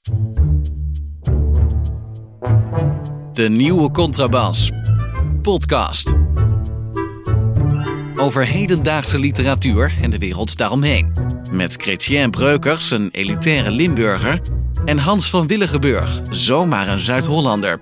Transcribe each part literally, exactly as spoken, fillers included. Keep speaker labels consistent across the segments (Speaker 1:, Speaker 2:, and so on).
Speaker 1: De Nieuwe Contrabas. Podcast. Over hedendaagse literatuur en de wereld daaromheen. Met Chrétien Breukers, een elitaire Limburger. En Hans van Willigenburg, zomaar een Zuid-Hollander.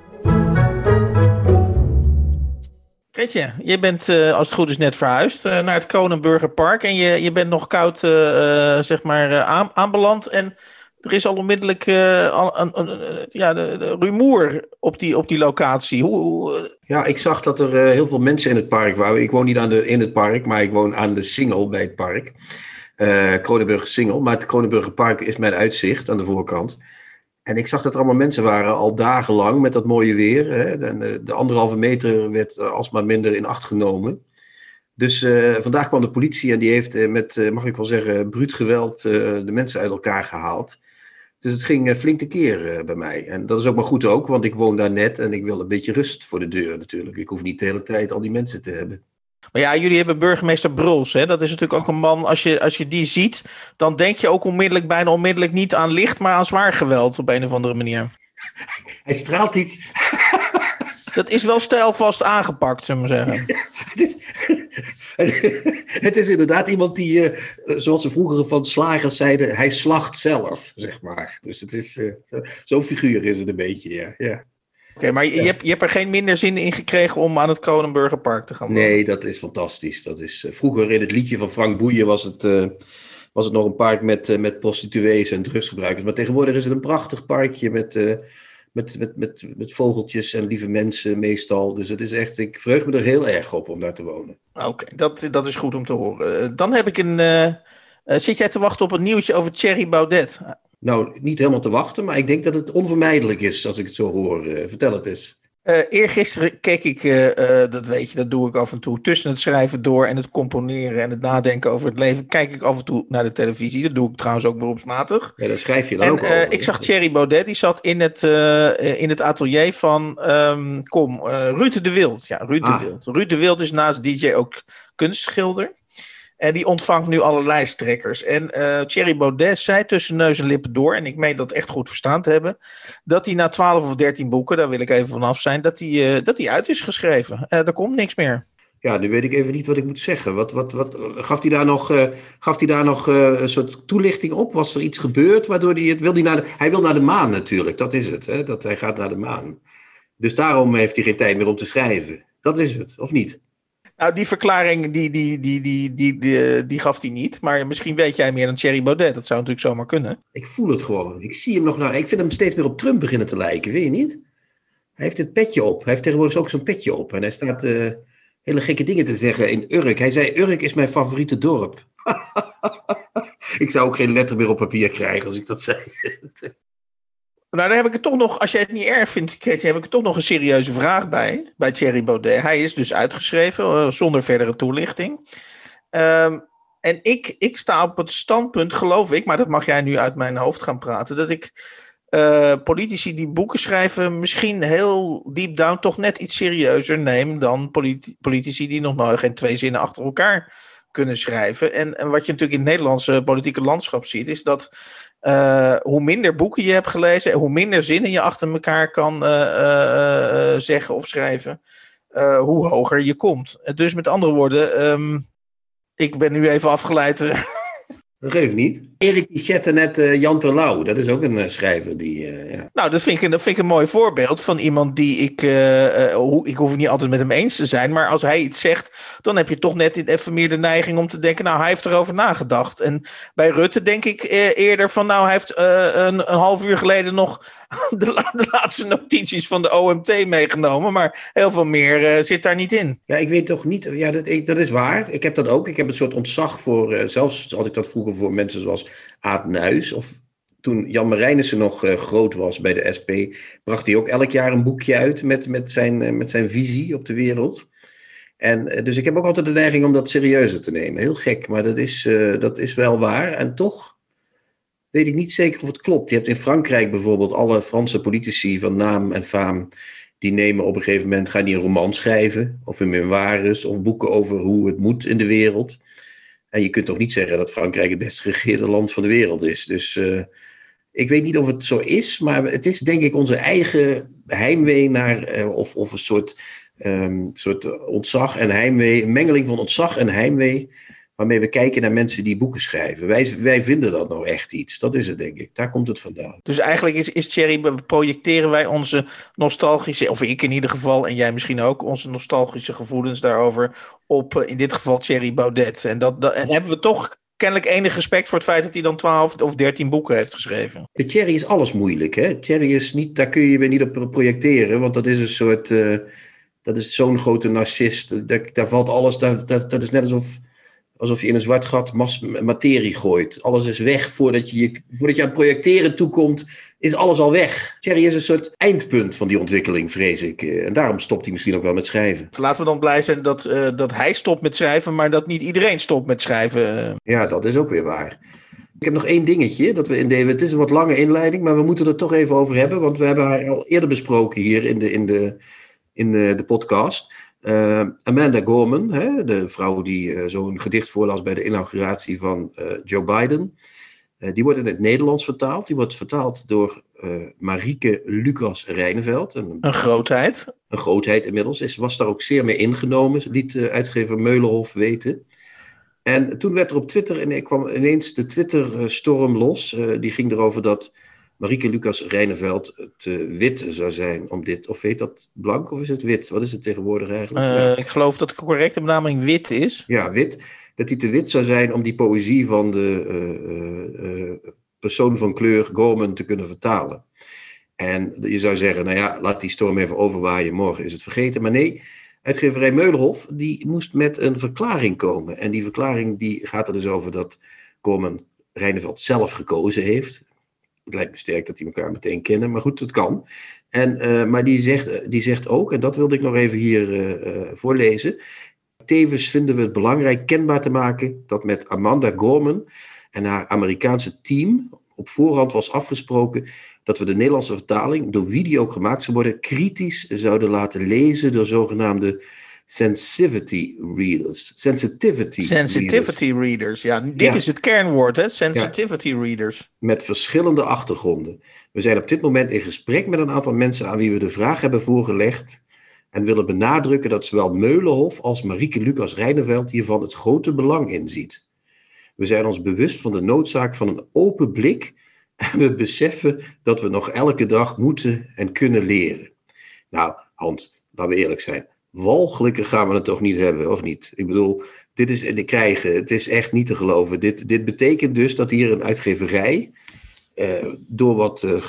Speaker 2: Chrétien, je bent uh, als het goed is net verhuisd uh, naar het Kronenburgerpark. En je, je bent nog koud uh, uh, zeg maar, uh, aan, aanbeland. En er is al onmiddellijk uh, al, een, een, een, ja, de, de rumoer op die, op die locatie. Hoe, hoe,
Speaker 3: Ja, ik zag dat er uh, heel veel mensen in het park waren. Ik woon niet aan de, in het park, maar ik woon aan de Singel bij het park. Uh, Kronenburger Singel. Maar het Kronenburgerpark is mijn uitzicht aan de voorkant. En ik zag dat er allemaal mensen waren, al dagenlang, met dat mooie weer. Hè? En de, de anderhalve meter werd uh, alsmaar minder in acht genomen. Dus uh, vandaag kwam de politie en die heeft uh, met, uh, mag ik wel zeggen, bruut geweld uh, de mensen uit elkaar gehaald. Dus het ging uh, flink tekeer uh, bij mij. En dat is ook maar goed ook, want ik woon daar net en ik wil een beetje rust voor de deur natuurlijk. Ik hoef niet de hele tijd al die mensen te hebben.
Speaker 2: Maar ja, jullie hebben burgemeester Bruls. Hè? Dat is natuurlijk ook een man, als je, als je die ziet, dan denk je ook onmiddellijk, bijna onmiddellijk niet aan licht, maar aan zwaar geweld op een of andere manier.
Speaker 3: Hij straalt iets.
Speaker 2: Dat is wel stijlvast aangepakt, zullen we zeggen.
Speaker 3: Ja, het, is, het is inderdaad iemand die, uh, zoals ze vroeger van slagers zeiden, hij slacht zelf, zeg maar. Dus het is, uh, zo'n figuur is het een beetje, ja. ja.
Speaker 2: Oké, okay, maar je,
Speaker 3: ja.
Speaker 2: je, hebt, je hebt er geen minder zin in gekregen om aan het Kronenburgerpark te gaan wonen?
Speaker 3: Nee, dat is fantastisch. Dat is, uh, vroeger in het liedje van Frank Boeien was het, uh, was het nog een park met, uh, met prostituees en drugsgebruikers. Maar tegenwoordig is het een prachtig parkje met... Uh, Met, met, met, met vogeltjes en lieve mensen meestal. Dus het is echt, ik verheug me er heel erg op om daar te wonen.
Speaker 2: Oké, okay, dat, dat is goed om te horen. Dan heb ik een... Uh, uh, zit jij te wachten op een nieuwtje over Thierry Baudet?
Speaker 3: Nou, niet helemaal te wachten, maar ik denk dat het onvermijdelijk is als ik het zo hoor. Uh, vertel het eens.
Speaker 2: Uh, eergisteren keek ik, uh, uh, dat weet je, dat doe ik af en toe, tussen het schrijven door en het componeren en het nadenken over het leven, kijk ik af en toe naar de televisie. Dat doe ik trouwens ook beroepsmatig.
Speaker 3: Ja, daar schrijf je dan
Speaker 2: en,
Speaker 3: ook
Speaker 2: uh,
Speaker 3: over.
Speaker 2: Ik zag Thierry Baudet, die zat in het, uh, in het atelier van, um, kom, uh, Ruud de Wild. Ja, Ruud ah. de Wild. Ruud de Wild is naast D J ook kunstschilder. En die ontvangt nu alle lijsttrekkers. En uh, Thierry Baudet zei tussen neus en lippen door, en ik meen dat echt goed verstaan te hebben, dat hij na twaalf of dertien boeken, daar wil ik even vanaf zijn, dat hij, uh, dat hij uit is geschreven. Uh, er komt niks meer.
Speaker 3: Ja, nu weet ik even niet wat ik moet zeggen. Wat, wat, wat, gaf hij daar nog, uh, gaf hij daar nog uh, een soort toelichting op? Was er iets gebeurd waardoor hij het... Wil hij, naar de, hij wil naar de maan natuurlijk, dat is het. Hè? Dat hij gaat naar de maan. Dus daarom heeft hij geen tijd meer om te schrijven. Dat is het, of niet?
Speaker 2: Nou, die verklaring die, die, die, die, die, die, die gaf hij niet. Maar misschien weet jij meer dan Thierry Baudet. Dat zou natuurlijk zomaar kunnen.
Speaker 3: Ik voel het gewoon. Ik zie hem nog naar... Ik vind hem steeds meer op Trump beginnen te lijken, vind je niet? Hij heeft het petje op. Hij heeft tegenwoordig ook zo'n petje op. En hij staat uh, hele gekke dingen te zeggen in Urk. Hij zei, Urk is mijn favoriete dorp. Ik zou ook geen letter meer op papier krijgen als ik dat zei.
Speaker 2: Nou, daar heb ik er toch nog, als jij het niet erg vindt, Chrétien, heb ik er toch nog een serieuze vraag bij, bij Thierry Baudet. Hij is dus uitgeschreven, uh, zonder verdere toelichting. Um, en ik, ik sta op het standpunt, geloof ik, maar dat mag jij nu uit mijn hoofd gaan praten, dat ik uh, politici die boeken schrijven misschien heel deep down toch net iets serieuzer neem dan politi- politici die nog nooit geen twee zinnen achter elkaar kunnen schrijven. En, en wat je natuurlijk in het Nederlandse politieke landschap ziet, is dat Uh, hoe minder boeken je hebt gelezen en hoe minder zinnen je achter elkaar kan uh, uh, uh, zeggen of schrijven, uh, hoe hoger je komt. Dus met andere woorden, um, ik ben nu even afgeleid. Uh,
Speaker 3: Dat geeft niet. Erik die chatte net uh, Jan Terlouw. Dat is ook een uh, schrijver die... Uh, ja.
Speaker 2: Nou, dat vind, ik, dat vind ik een mooi voorbeeld van iemand die ik... Uh, uh, ik hoef het niet altijd met hem eens te zijn, maar als hij iets zegt, dan heb je toch net even meer de neiging om te denken, nou, hij heeft erover nagedacht. En bij Rutte denk ik uh, eerder van, nou, hij heeft uh, een, een half uur geleden nog de, la- de laatste notities van de O M T meegenomen, maar heel veel meer uh, zit daar niet in.
Speaker 3: Ja, ik weet toch niet... Ja, dat, ik, dat is waar. Ik heb dat ook. Ik heb een soort ontzag voor... Uh, zelfs had ik dat vroeger voor mensen zoals Aad Nuis, of toen Jan Marijnissen nog uh, groot was bij de S P, bracht hij ook elk jaar een boekje uit met, met, zijn, uh, met zijn visie op de wereld. En uh, dus ik heb ook altijd de neiging om dat serieuzer te nemen. Heel gek, maar dat is, uh, dat is wel waar. En toch weet ik niet zeker of het klopt. Je hebt in Frankrijk bijvoorbeeld alle Franse politici van naam en faam, die nemen op een gegeven moment, gaan die een roman schrijven, of een memoires, of boeken over hoe het moet in de wereld. En je kunt toch niet zeggen dat Frankrijk het best geregeerde land van de wereld is. Dus uh, ik weet niet of het zo is, maar het is denk ik onze eigen heimwee naar, uh, of, of een soort, um, soort ontzag en heimwee, een mengeling van ontzag en heimwee, waarmee we kijken naar mensen die boeken schrijven. Wij, wij vinden dat nou echt iets. Dat is het, denk ik. Daar komt het vandaan.
Speaker 2: Dus eigenlijk is, is Thierry, projecteren wij onze nostalgische, of ik in ieder geval, en jij misschien ook, onze nostalgische gevoelens daarover op, in dit geval, Thierry Baudet. En, dat, dat, en hebben we toch kennelijk enig respect voor het feit dat hij dan twaalf of dertien boeken heeft geschreven.
Speaker 3: Bij Thierry is alles moeilijk, hè? Thierry is niet, daar kun je weer niet op projecteren, want dat is een soort, uh, dat is zo'n grote narcist. Daar, daar valt alles, daar, dat, dat is net alsof... Alsof je in een zwart gat mas- materie gooit. Alles is weg voordat je, je, voordat je aan het projecteren toekomt, is alles al weg. Thierry is een soort eindpunt van die ontwikkeling, vrees ik. En daarom stopt hij misschien ook wel met schrijven.
Speaker 2: Laten we dan blij zijn dat, uh, dat hij stopt met schrijven, maar dat niet iedereen stopt met schrijven.
Speaker 3: Ja, dat is ook weer waar. Ik heb nog één dingetje. Dat we in de, het is een wat lange inleiding, maar we moeten er toch even over hebben. Want we hebben haar al eerder besproken hier in de, in de, in de, de podcast. Uh, Amanda Gorman, hè, de vrouw die uh, zo'n gedicht voorlas bij de inauguratie van uh, Joe Biden. Uh, die wordt in het Nederlands vertaald. Die wordt vertaald door uh, Marieke Lucas Rijneveld. Een,
Speaker 2: een grootheid.
Speaker 3: Een grootheid inmiddels. Is, was daar ook zeer mee ingenomen, liet uh, uitgever Meulenhof weten. En toen werd er op Twitter, en ik kwam ineens de Twitter-storm los. Uh, die ging erover dat Marieke Lucas Rijneveld te uh, wit zou zijn om dit. Of heet dat blank of is het wit? Wat is het tegenwoordig eigenlijk?
Speaker 2: Uh, ja. Ik geloof dat de correcte benaming wit is.
Speaker 3: Ja, wit. Dat hij te wit zou zijn om die poëzie van de uh, uh, uh, persoon van kleur Gorman te kunnen vertalen. En je zou zeggen, nou ja, laat die storm even overwaaien, morgen is het vergeten. Maar nee, uitgeverij Meulenhof, die moest met een verklaring komen. En die verklaring die gaat er dus over dat Gorman Rijneveld zelf gekozen heeft. Het lijkt me sterk dat die elkaar meteen kennen, maar goed, het kan. En, uh, maar die zegt, die zegt ook, en dat wilde ik nog even hier uh, uh, voorlezen. Tevens vinden we het belangrijk kenbaar te maken dat met Amanda Gorman en haar Amerikaanse team op voorhand was afgesproken dat we de Nederlandse vertaling, door wie die ook gemaakt zou worden, kritisch zouden laten lezen door zogenaamde sensitivity readers. Sensitivity,
Speaker 2: sensitivity readers. readers. Ja, dit ja. is het kernwoord, hè? Sensitivity ja. readers.
Speaker 3: Met verschillende achtergronden. We zijn op dit moment in gesprek met een aantal mensen aan wie we de vraag hebben voorgelegd en willen benadrukken dat zowel Meulenhof als Marieke Lucas Rijneveld hiervan het grote belang inziet. We zijn ons bewust van de noodzaak van een open blik en we beseffen dat we nog elke dag moeten en kunnen leren. Nou, Hans, laten we eerlijk zijn. Walgelijker gaan we het toch niet hebben, of niet? Ik bedoel, dit is de krijgen. Het is echt niet te geloven. Dit, dit betekent dus dat hier een uitgeverij Uh, door wat uh,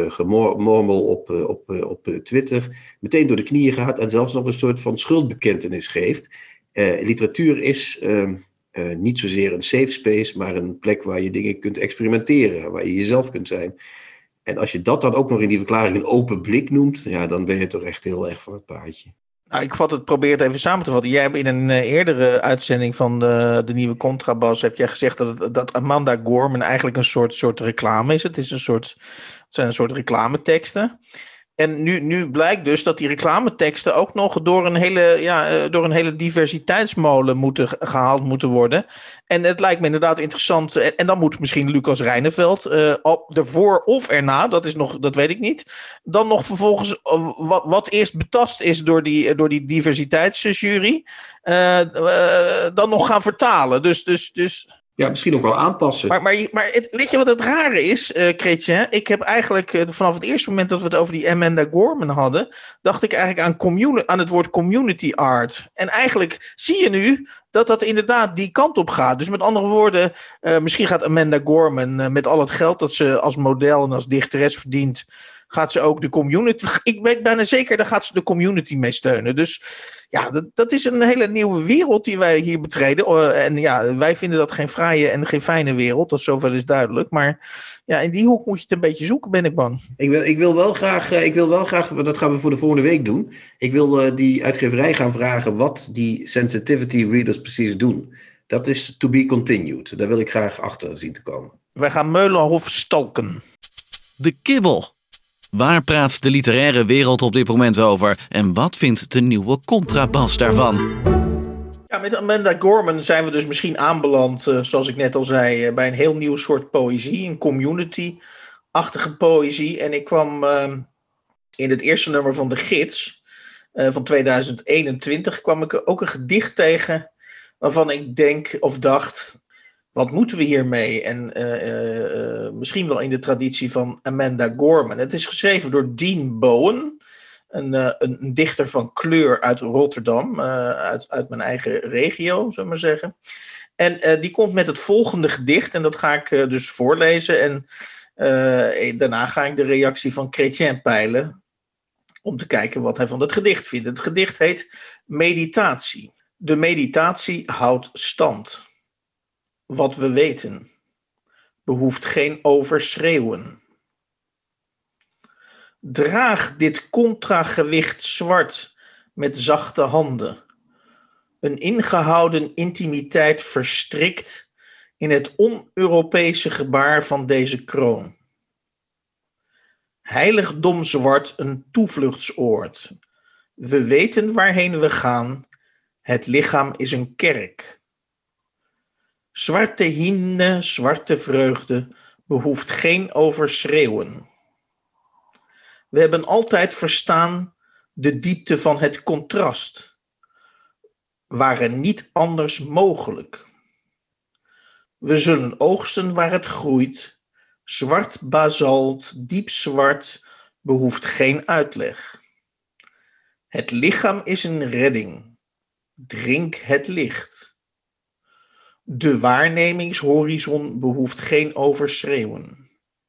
Speaker 3: gemormel op, uh, op, uh, op uh, Twitter meteen door de knieën gaat en zelfs nog een soort van schuldbekentenis geeft. Uh, literatuur is uh, uh, niet zozeer een safe space, maar een plek waar je dingen kunt experimenteren, waar je jezelf kunt zijn. En als je dat dan ook nog in die verklaring een open blik noemt, ja, dan ben je toch echt heel erg van het paadje.
Speaker 2: Nou, ik vat het, probeer het even samen te vatten. Jij hebt in een uh, eerdere uitzending van de, de nieuwe Contrabas heb jij gezegd dat, het, dat Amanda Gorman eigenlijk een soort, soort reclame is. Het is een soort, het zijn een soort reclameteksten. En nu, nu blijkt dus dat die reclameteksten ook nog door een hele, ja, door een hele diversiteitsmolen moeten, gehaald moeten worden. En het lijkt me inderdaad interessant. En, en dan moet misschien Lucas Rijneveld uh, ervoor of erna, dat is nog, dat weet ik niet. Dan nog vervolgens uh, wat, wat eerst betast is door die, door die diversiteitsjury. Uh, uh, dan nog gaan vertalen. Dus... dus, dus
Speaker 3: Ja, misschien ook wel aanpassen.
Speaker 2: Maar, maar, maar het, weet je wat het rare is, uh, Chrétien? Ik heb eigenlijk uh, vanaf het eerste moment dat we het over die Amanda Gorman hadden, dacht ik eigenlijk aan, communi- aan het woord community art. En eigenlijk zie je nu dat dat inderdaad die kant op gaat. Dus met andere woorden, uh, misschien gaat Amanda Gorman uh, met al het geld dat ze als model en als dichteres verdient, gaat ze ook de community... Ik weet bijna zeker, daar gaat ze de community mee steunen. Dus ja, dat, dat is een hele nieuwe wereld die wij hier betreden. Uh, en ja, wij vinden dat geen fraaie en geen fijne wereld. Dat is zoveel is duidelijk. Maar ja, in die hoek moet je het een beetje zoeken, ben ik bang.
Speaker 3: Ik wil, ik wil wel graag, ik wil wel graag, dat gaan we voor de volgende week doen. Ik wil uh, die uitgeverij gaan vragen wat die sensitivity readers precies doen. Dat is to be continued. Daar wil ik graag achter zien te komen.
Speaker 2: Wij gaan Meulenhof stalken.
Speaker 1: De kibbel. Waar praat de literaire wereld op dit moment over? En wat vindt de nieuwe Contrabas daarvan?
Speaker 2: Ja, met Amanda Gorman zijn we dus misschien aanbeland, uh, zoals ik net al zei, uh, bij een heel nieuw soort poëzie, een community achtige poëzie. En ik kwam uh, in het eerste nummer van de Gids uh, van tweeduizend eenentwintig... kwam ik ook een gedicht tegen waarvan ik denk of dacht... wat moeten we hiermee? En uh, uh, uh, misschien wel in de traditie van Amanda Gorman. Het is geschreven door Dean Bowen... Een, uh, een, een dichter van kleur uit Rotterdam, uh, uit, uit mijn eigen regio, zullen we maar zeggen. En uh, die komt met het volgende gedicht, en dat ga ik uh, dus voorlezen. En uh, daarna ga ik de reactie van Chrétien peilen, om te kijken wat hij van het gedicht vindt. Het gedicht heet Meditatie. De meditatie houdt stand. Wat we weten behoeft geen overschreeuwen. Draag dit contragewicht zwart met zachte handen. Een ingehouden intimiteit verstrikt in het on-Europese gebaar van deze kroon. Heiligdom zwart een toevluchtsoord. We weten waarheen we gaan. Het lichaam is een kerk. Zwarte hymne, zwarte vreugde behoeft geen overschreeuwen. We hebben altijd verstaan de diepte van het contrast. Waren niet anders mogelijk. We zullen oogsten waar het groeit. Zwart basalt, diep zwart, behoeft geen uitleg. Het lichaam is een redding. Drink het licht. De waarnemingshorizon behoeft geen overschreeuwen.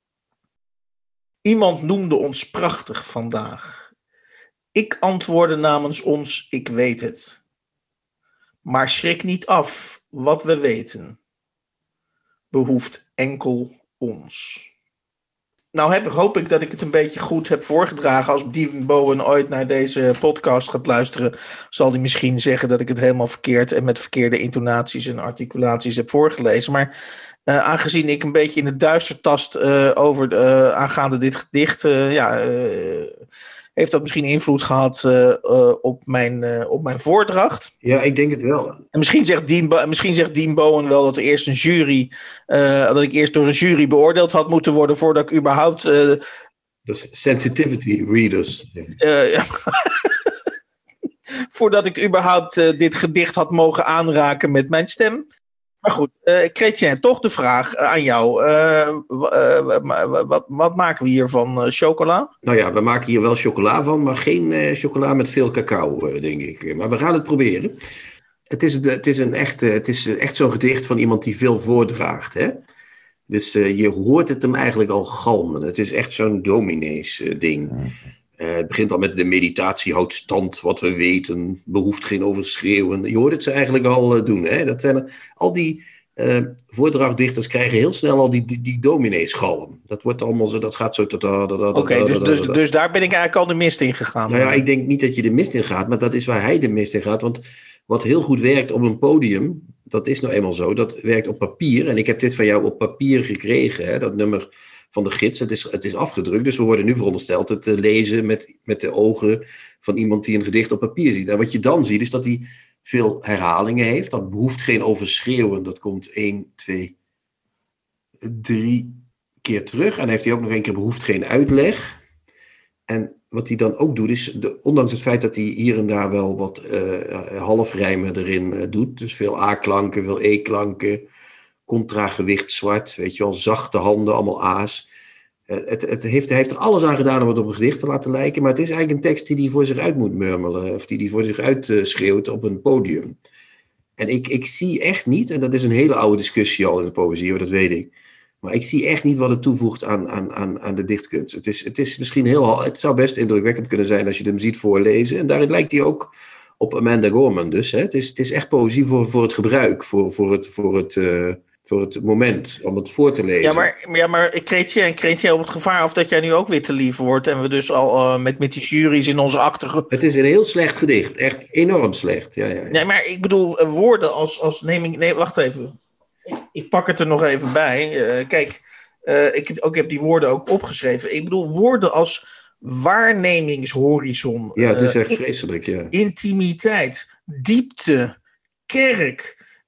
Speaker 2: Iemand noemde ons prachtig vandaag. Ik antwoordde namens ons, ik weet het. Maar schrik niet af, wat we weten behoeft enkel ons. Nou heb, hoop ik dat ik het een beetje goed heb voorgedragen. Als Dean Bowen ooit naar deze podcast gaat luisteren, zal hij misschien zeggen dat ik het helemaal verkeerd en met verkeerde intonaties en articulaties heb voorgelezen. Maar uh, aangezien ik een beetje in het duister tast uh, over uh, aangaande dit gedicht, uh, ja, uh, heeft dat misschien invloed gehad uh, uh, op, mijn, uh, op mijn voordracht?
Speaker 3: Ja, ik denk het wel.
Speaker 2: En misschien zegt Dean, misschien zegt Dean Bowen wel dat er eerst een jury, uh, dat ik eerst door een jury beoordeeld had moeten worden voordat ik überhaupt. Uh,
Speaker 3: dus sensitivity readers.
Speaker 2: Uh, ja. Voordat ik überhaupt uh, dit gedicht had mogen aanraken met mijn stem. Maar goed, uh, Chrétien, toch de vraag aan jou. Uh, uh, wat, wat maken we hier van uh, chocola?
Speaker 3: Nou ja, we maken hier wel chocola van, maar geen uh, chocola met veel cacao, uh, denk ik. Maar we gaan het proberen. Het is, het is, een echt, het is echt zo'n gedicht van iemand die veel voordraagt. Hè? Dus uh, je hoort het hem eigenlijk al galmen. Het is echt zo'n dominees uh, ding. Uh, het begint al met de meditatie houdt stand, wat we weten, behoeft geen overschreeuwen. Je hoort het ze eigenlijk al uh, doen. Hè? Dat zijn er, al die uh, voordrachtdichters krijgen heel snel al die, die, die domineesgalm. Dat wordt allemaal zo, dat gaat zo... Oké,
Speaker 2: okay, dus, dus, dus daar ben ik eigenlijk al de mist in gegaan.
Speaker 3: Nou ja, ik denk niet dat je de mist in gaat, maar dat is waar hij de mist in gaat. Want wat heel goed werkt op een podium, dat is nou eenmaal zo, dat werkt op papier. En ik heb dit van jou op papier gekregen, hè, dat nummer van de gids. Het is, het is afgedrukt, dus we worden nu verondersteld het te lezen met, met de ogen van iemand die een gedicht op papier ziet. En wat je dan ziet, is dat hij veel herhalingen heeft. Dat behoeft geen overschreeuwen. Dat komt één, twee, drie keer terug. En dan heeft hij ook nog één keer behoeft geen uitleg. En wat hij dan ook doet, is, de, ondanks het feit dat hij hier en daar wel wat uh, halfrijmen erin uh, doet, dus veel A-klanken, veel E-klanken, contragewicht zwart, weet je wel, zachte handen, allemaal A's. Uh, het, het heeft, hij heeft er alles aan gedaan om het op een gedicht te laten lijken, maar het is eigenlijk een tekst die hij voor zich uit moet murmelen, of die hij voor zich uit uh, schreeuwt op een podium. En ik, ik zie echt niet, en dat is een hele oude discussie al in de poëzie, hoor, dat weet ik, maar ik zie echt niet wat het toevoegt aan, aan, aan, aan de dichtkunst. Het is, het is misschien heel... Het zou best indrukwekkend kunnen zijn als je hem ziet voorlezen. En daarin lijkt hij ook op Amanda Gorman dus. Hè. Het, is, het is echt poëzie voor, voor het gebruik, voor, voor, het, voor, het, uh, voor het moment, om het voor te lezen.
Speaker 2: Ja, maar, ja, maar Chrétien, Chrétien op het gevaar af dat jij nu ook weer te lief wordt. En we dus al uh, met, met die juries in onze achtergrond...
Speaker 3: Het is een heel slecht gedicht. Echt enorm slecht. Ja, ja, ja.
Speaker 2: Nee, maar ik bedoel, uh, woorden als, als neming... Nee, wacht even. Ik pak het er nog even bij. Uh, kijk, uh, ik, ook, ik heb die woorden ook opgeschreven. Ik bedoel, woorden als waarnemingshorizon.
Speaker 3: Ja, het is echt
Speaker 2: uh,
Speaker 3: vreselijk, ja.
Speaker 2: Intimiteit, diepte, kerk,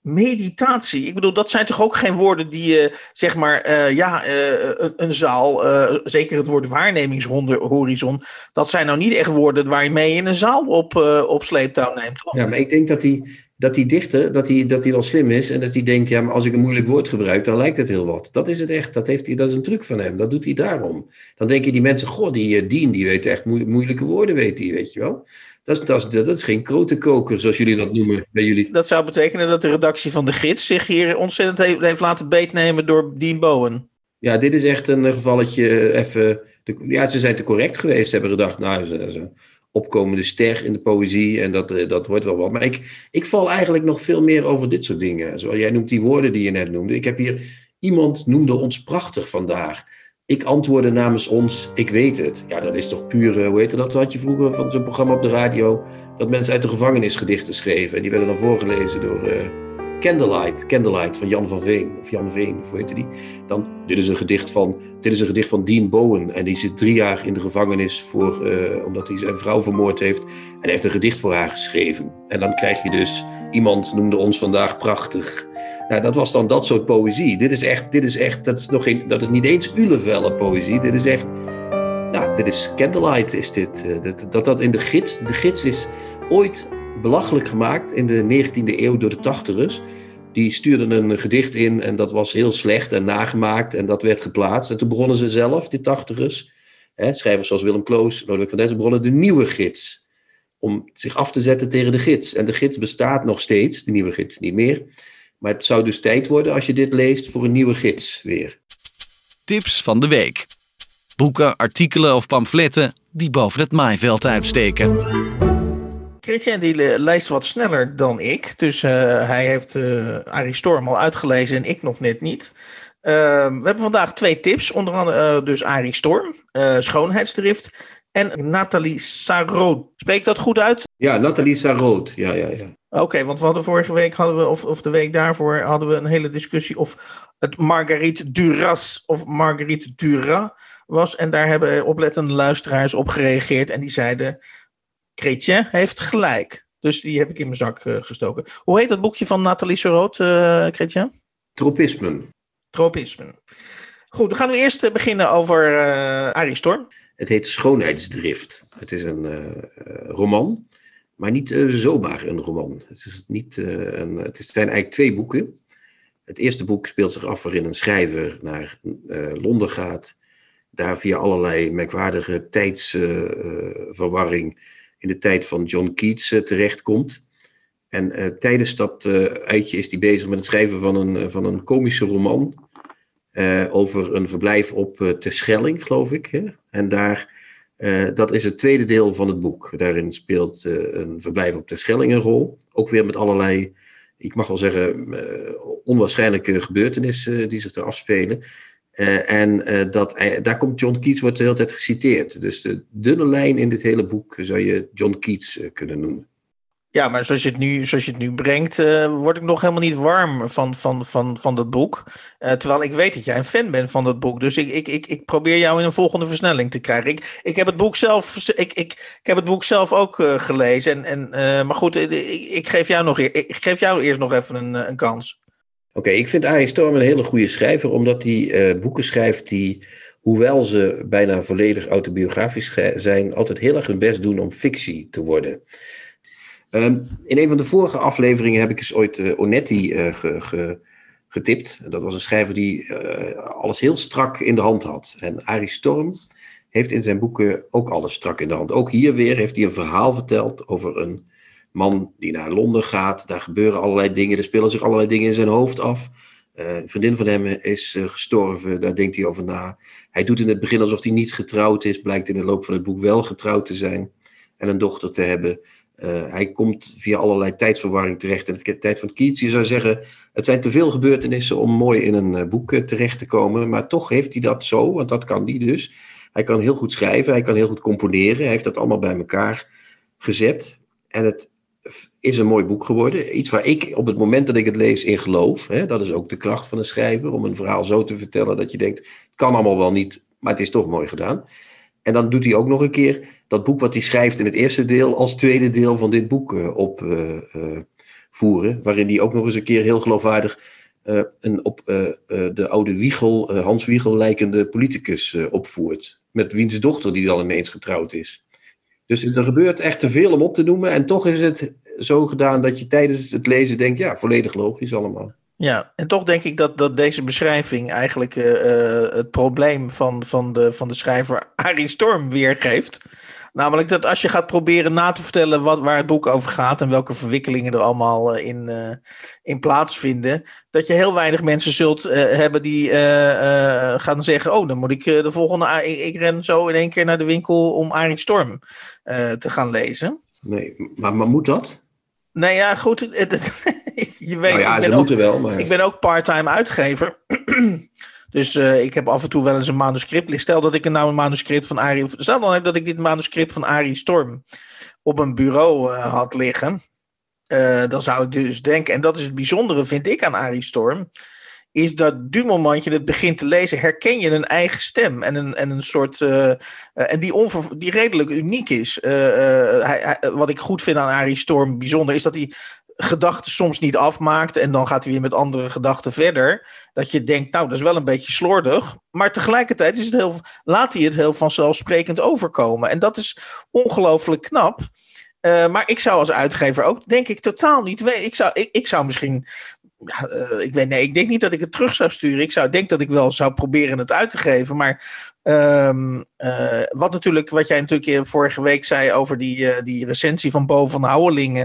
Speaker 2: meditatie. Ik bedoel, dat zijn toch ook geen woorden die je, uh, zeg maar, uh, ja, uh, een, een zaal, uh, zeker het woord waarnemingshorizon, dat zijn nou niet echt woorden waar je mee in een zaal op, uh, op sleeptouw neemt. Toch?
Speaker 3: Ja, maar ik denk dat die, dat die dichter, dat hij dat die wel slim is en dat hij denkt, ja, maar als ik een moeilijk woord gebruik, dan lijkt het heel wat. Dat is het echt. Dat, heeft hij, dat is een truc van hem. Dat doet hij daarom. Dan denken die mensen, goh, die uh, Dien, die weet echt moe- moeilijke woorden, weet hij, weet je wel. Dat is, dat, is, dat is geen grote koker, zoals jullie dat noemen bij jullie.
Speaker 2: Dat zou betekenen dat de redactie van de Gids zich hier ontzettend heeft, heeft laten beetnemen door Dean Bowen.
Speaker 3: Ja, dit is echt een gevalletje even... De, ja, ze zijn te correct geweest. Ze hebben gedacht, nou, ze is een opkomende ster in de poëzie en dat, dat wordt wel wat. Maar ik, ik val eigenlijk nog veel meer over dit soort dingen. Zoals jij noemt die woorden die je net noemde. Ik heb hier... Iemand noemde ons prachtig vandaag. Ik antwoordde namens ons, ik weet het. Ja, dat is toch puur, hoe heette dat? Had je vroeger van zo'n programma op de radio, dat mensen uit de gevangenis gedichten schreven. En die werden dan voorgelezen door uh, Candlelight, Candlelight van Jan van Veen. Of Jan Veen, of hoe heette die? Dan, dit is een gedicht van, dit is een gedicht van Dean Bowen. En die zit drie jaar in de gevangenis voor, uh, omdat hij zijn vrouw vermoord heeft. En hij heeft een gedicht voor haar geschreven. En dan krijg je dus, iemand noemde ons vandaag prachtig. Nou, dat was dan dat soort poëzie. Dit is echt, dit is echt, dat is nog geen, dat is niet eens Ulevelle poëzie. Dit is echt, nou, dit is Candlelight, is dit. Uh, dat, dat dat in de gids, de gids is ooit belachelijk gemaakt in de negentiende eeuw door de tachtigers. Die stuurden een gedicht in en dat was heel slecht en nagemaakt en dat werd geplaatst. En toen begonnen ze zelf, die tachtigers, hè, schrijvers zoals Willem Kloos, Lodewijk van Dessen, begonnen de nieuwe gids. Om zich af te zetten tegen de gids. En de gids bestaat nog steeds, de nieuwe gids niet meer. Maar het zou dus tijd worden als je dit leest voor een nieuwe gids weer.
Speaker 1: Tips van de week. Boeken, artikelen of pamfletten die boven het maaiveld uitsteken.
Speaker 2: Chrétien die leest wat sneller dan ik. Dus uh, hij heeft uh, Arie Storm al uitgelezen en ik nog net niet. Uh, we hebben vandaag twee tips. Onder andere uh, dus Arie Storm, uh, Schoonheidsdrift en Nathalie Sarraute. Spreekt dat goed uit?
Speaker 3: Ja, Nathalie Sarraute. Ja, ja, ja.
Speaker 2: Oké, okay, want we hadden vorige week, hadden we, of, of de week daarvoor, hadden we een hele discussie of het Marguerite Duras of Marguerite Duras was. En daar hebben oplettende luisteraars op gereageerd en die zeiden, Chrétien heeft gelijk. Dus die heb ik in mijn zak uh, gestoken. Hoe heet dat boekje van Nathalie Sarraute, uh, Chrétien?
Speaker 3: Tropismen.
Speaker 2: Tropismen. Goed, dan gaan we eerst uh, beginnen over uh, Arie Storm.
Speaker 3: Het heet Schoonheidsdrift. Het is een uh, roman. Maar niet uh, zomaar een roman. Het, is niet, uh, een, het zijn eigenlijk twee boeken. Het eerste boek speelt zich af waarin een schrijver naar uh, Londen gaat. Daar via allerlei merkwaardige tijdsverwarring uh, in de tijd van John Keats uh, terechtkomt. En uh, tijdens dat uh, uitje is hij bezig met het schrijven van een, van een komische roman. Uh, over een verblijf op uh, Terschelling, geloof ik. Hè? En daar... Uh, dat is het tweede deel van het boek. Daarin speelt uh, een verblijf op Terschelling een rol. Ook weer met allerlei, ik mag wel zeggen, uh, onwaarschijnlijke gebeurtenissen uh, die zich er afspelen. Uh, en uh, dat, uh, daar komt John Keats, wordt de hele tijd geciteerd. Dus de dunne lijn in dit hele boek zou je John Keats uh, kunnen noemen.
Speaker 2: Ja, maar zoals je het nu, zoals je het nu brengt, uh, word ik nog helemaal niet warm van, van, van, van dat boek. Uh, terwijl ik weet dat jij een fan bent van dat boek. Dus ik, ik, ik, ik probeer jou in een volgende versnelling te krijgen. Ik, ik, heb, het boek zelf, ik, ik, ik heb het boek zelf ook uh, gelezen. En, en, uh, maar goed, ik, ik, geef jou nog, ik geef jou eerst nog even een, een kans.
Speaker 3: Oké, okay, ik vind Arie Storm een hele goede schrijver, omdat hij uh, boeken schrijft die, hoewel ze bijna volledig autobiografisch zijn, altijd heel erg hun best doen om fictie te worden. Um, in een van de vorige afleveringen heb ik eens ooit uh, Onetti uh, ge, ge, getipt. Dat was een schrijver die uh, alles heel strak in de hand had. En Arie Storm heeft in zijn boeken ook alles strak in de hand. Ook hier weer heeft hij een verhaal verteld over een man die naar Londen gaat. Daar gebeuren allerlei dingen, er spelen zich allerlei dingen in zijn hoofd af. Uh, een vriendin van hem is uh, gestorven, daar denkt hij over na. Hij doet in het begin alsof hij niet getrouwd is, blijkt in de loop van het boek wel getrouwd te zijn en een dochter te hebben. Uh, hij komt via allerlei tijdsverwarring terecht in de tijd van Keats. Je zou zeggen, het zijn te veel gebeurtenissen om mooi in een uh, boek uh, terecht te komen. Maar toch heeft hij dat zo, want dat kan hij dus. Hij kan heel goed schrijven, hij kan heel goed componeren. Hij heeft dat allemaal bij elkaar gezet. En het is een mooi boek geworden. Iets waar ik op het moment dat ik het lees in geloof. Hè, dat is ook de kracht van een schrijver, om een verhaal zo te vertellen dat je denkt, het kan allemaal wel niet, maar het is toch mooi gedaan. En dan doet hij ook nog een keer dat boek wat hij schrijft in het eerste deel als tweede deel van dit boek uh, op, uh, uh, voeren. Waarin hij ook nog eens een keer heel geloofwaardig uh, een op uh, uh, de oude Wiegel, uh, Hans Wiegel lijkende politicus uh, opvoert. Met wiens dochter die dan ineens getrouwd is. Dus er gebeurt echt te veel om op te noemen. En toch is het zo gedaan dat je tijdens het lezen denkt, ja, volledig logisch allemaal.
Speaker 2: Ja, en toch denk ik dat, dat deze beschrijving eigenlijk uh, uh, het probleem van, van, de, van de schrijver Arie Storm weergeeft. Namelijk dat als je gaat proberen na te vertellen wat, waar het boek over gaat en welke verwikkelingen er allemaal uh, in, uh, in plaatsvinden, dat je heel weinig mensen zult uh, hebben die uh, uh, gaan zeggen, oh, dan moet ik uh, de volgende, uh, ik, ik ren zo in één keer naar de winkel om Arie Storm uh, te gaan lezen.
Speaker 3: Nee, maar, maar moet dat?
Speaker 2: Nou ja, goed. Het, het, je weet,
Speaker 3: nou ja,
Speaker 2: ik ben
Speaker 3: ze
Speaker 2: ook,
Speaker 3: moeten wel. Maar...
Speaker 2: Ik ben ook part-time uitgever. Dus uh, ik heb af en toe wel eens een manuscript. Stel dat ik nou een manuscript van Arie... Stel dan dat ik dit manuscript van Arie Storm op een bureau uh, had liggen. Uh, dan zou ik dus denken... En dat is het bijzondere, vind ik, aan Arie Storm. Is dat du moment je het begint te lezen, herken je een eigen stem. En een, en een soort... Uh, uh, en die, onver, die redelijk uniek is. Uh, uh, hij, hij, wat ik goed vind aan Arie Storm bijzonder, is dat hij gedachten soms niet afmaakt en dan gaat hij weer met andere gedachten verder. Dat je denkt, nou, dat is wel een beetje slordig. Maar tegelijkertijd is het heel, laat hij het heel vanzelfsprekend overkomen. En dat is ongelooflijk knap. Uh, maar ik zou als uitgever ook, denk ik, totaal niet weten. Ik zou, ik, ik zou misschien... Ja, uh, ik, weet, nee, ik denk niet dat ik het terug zou sturen. Ik zou, denk dat ik wel zou proberen het uit te geven. Maar um, uh, wat natuurlijk, wat jij natuurlijk vorige week zei over die, uh, die recensie van Bo van Houwelingen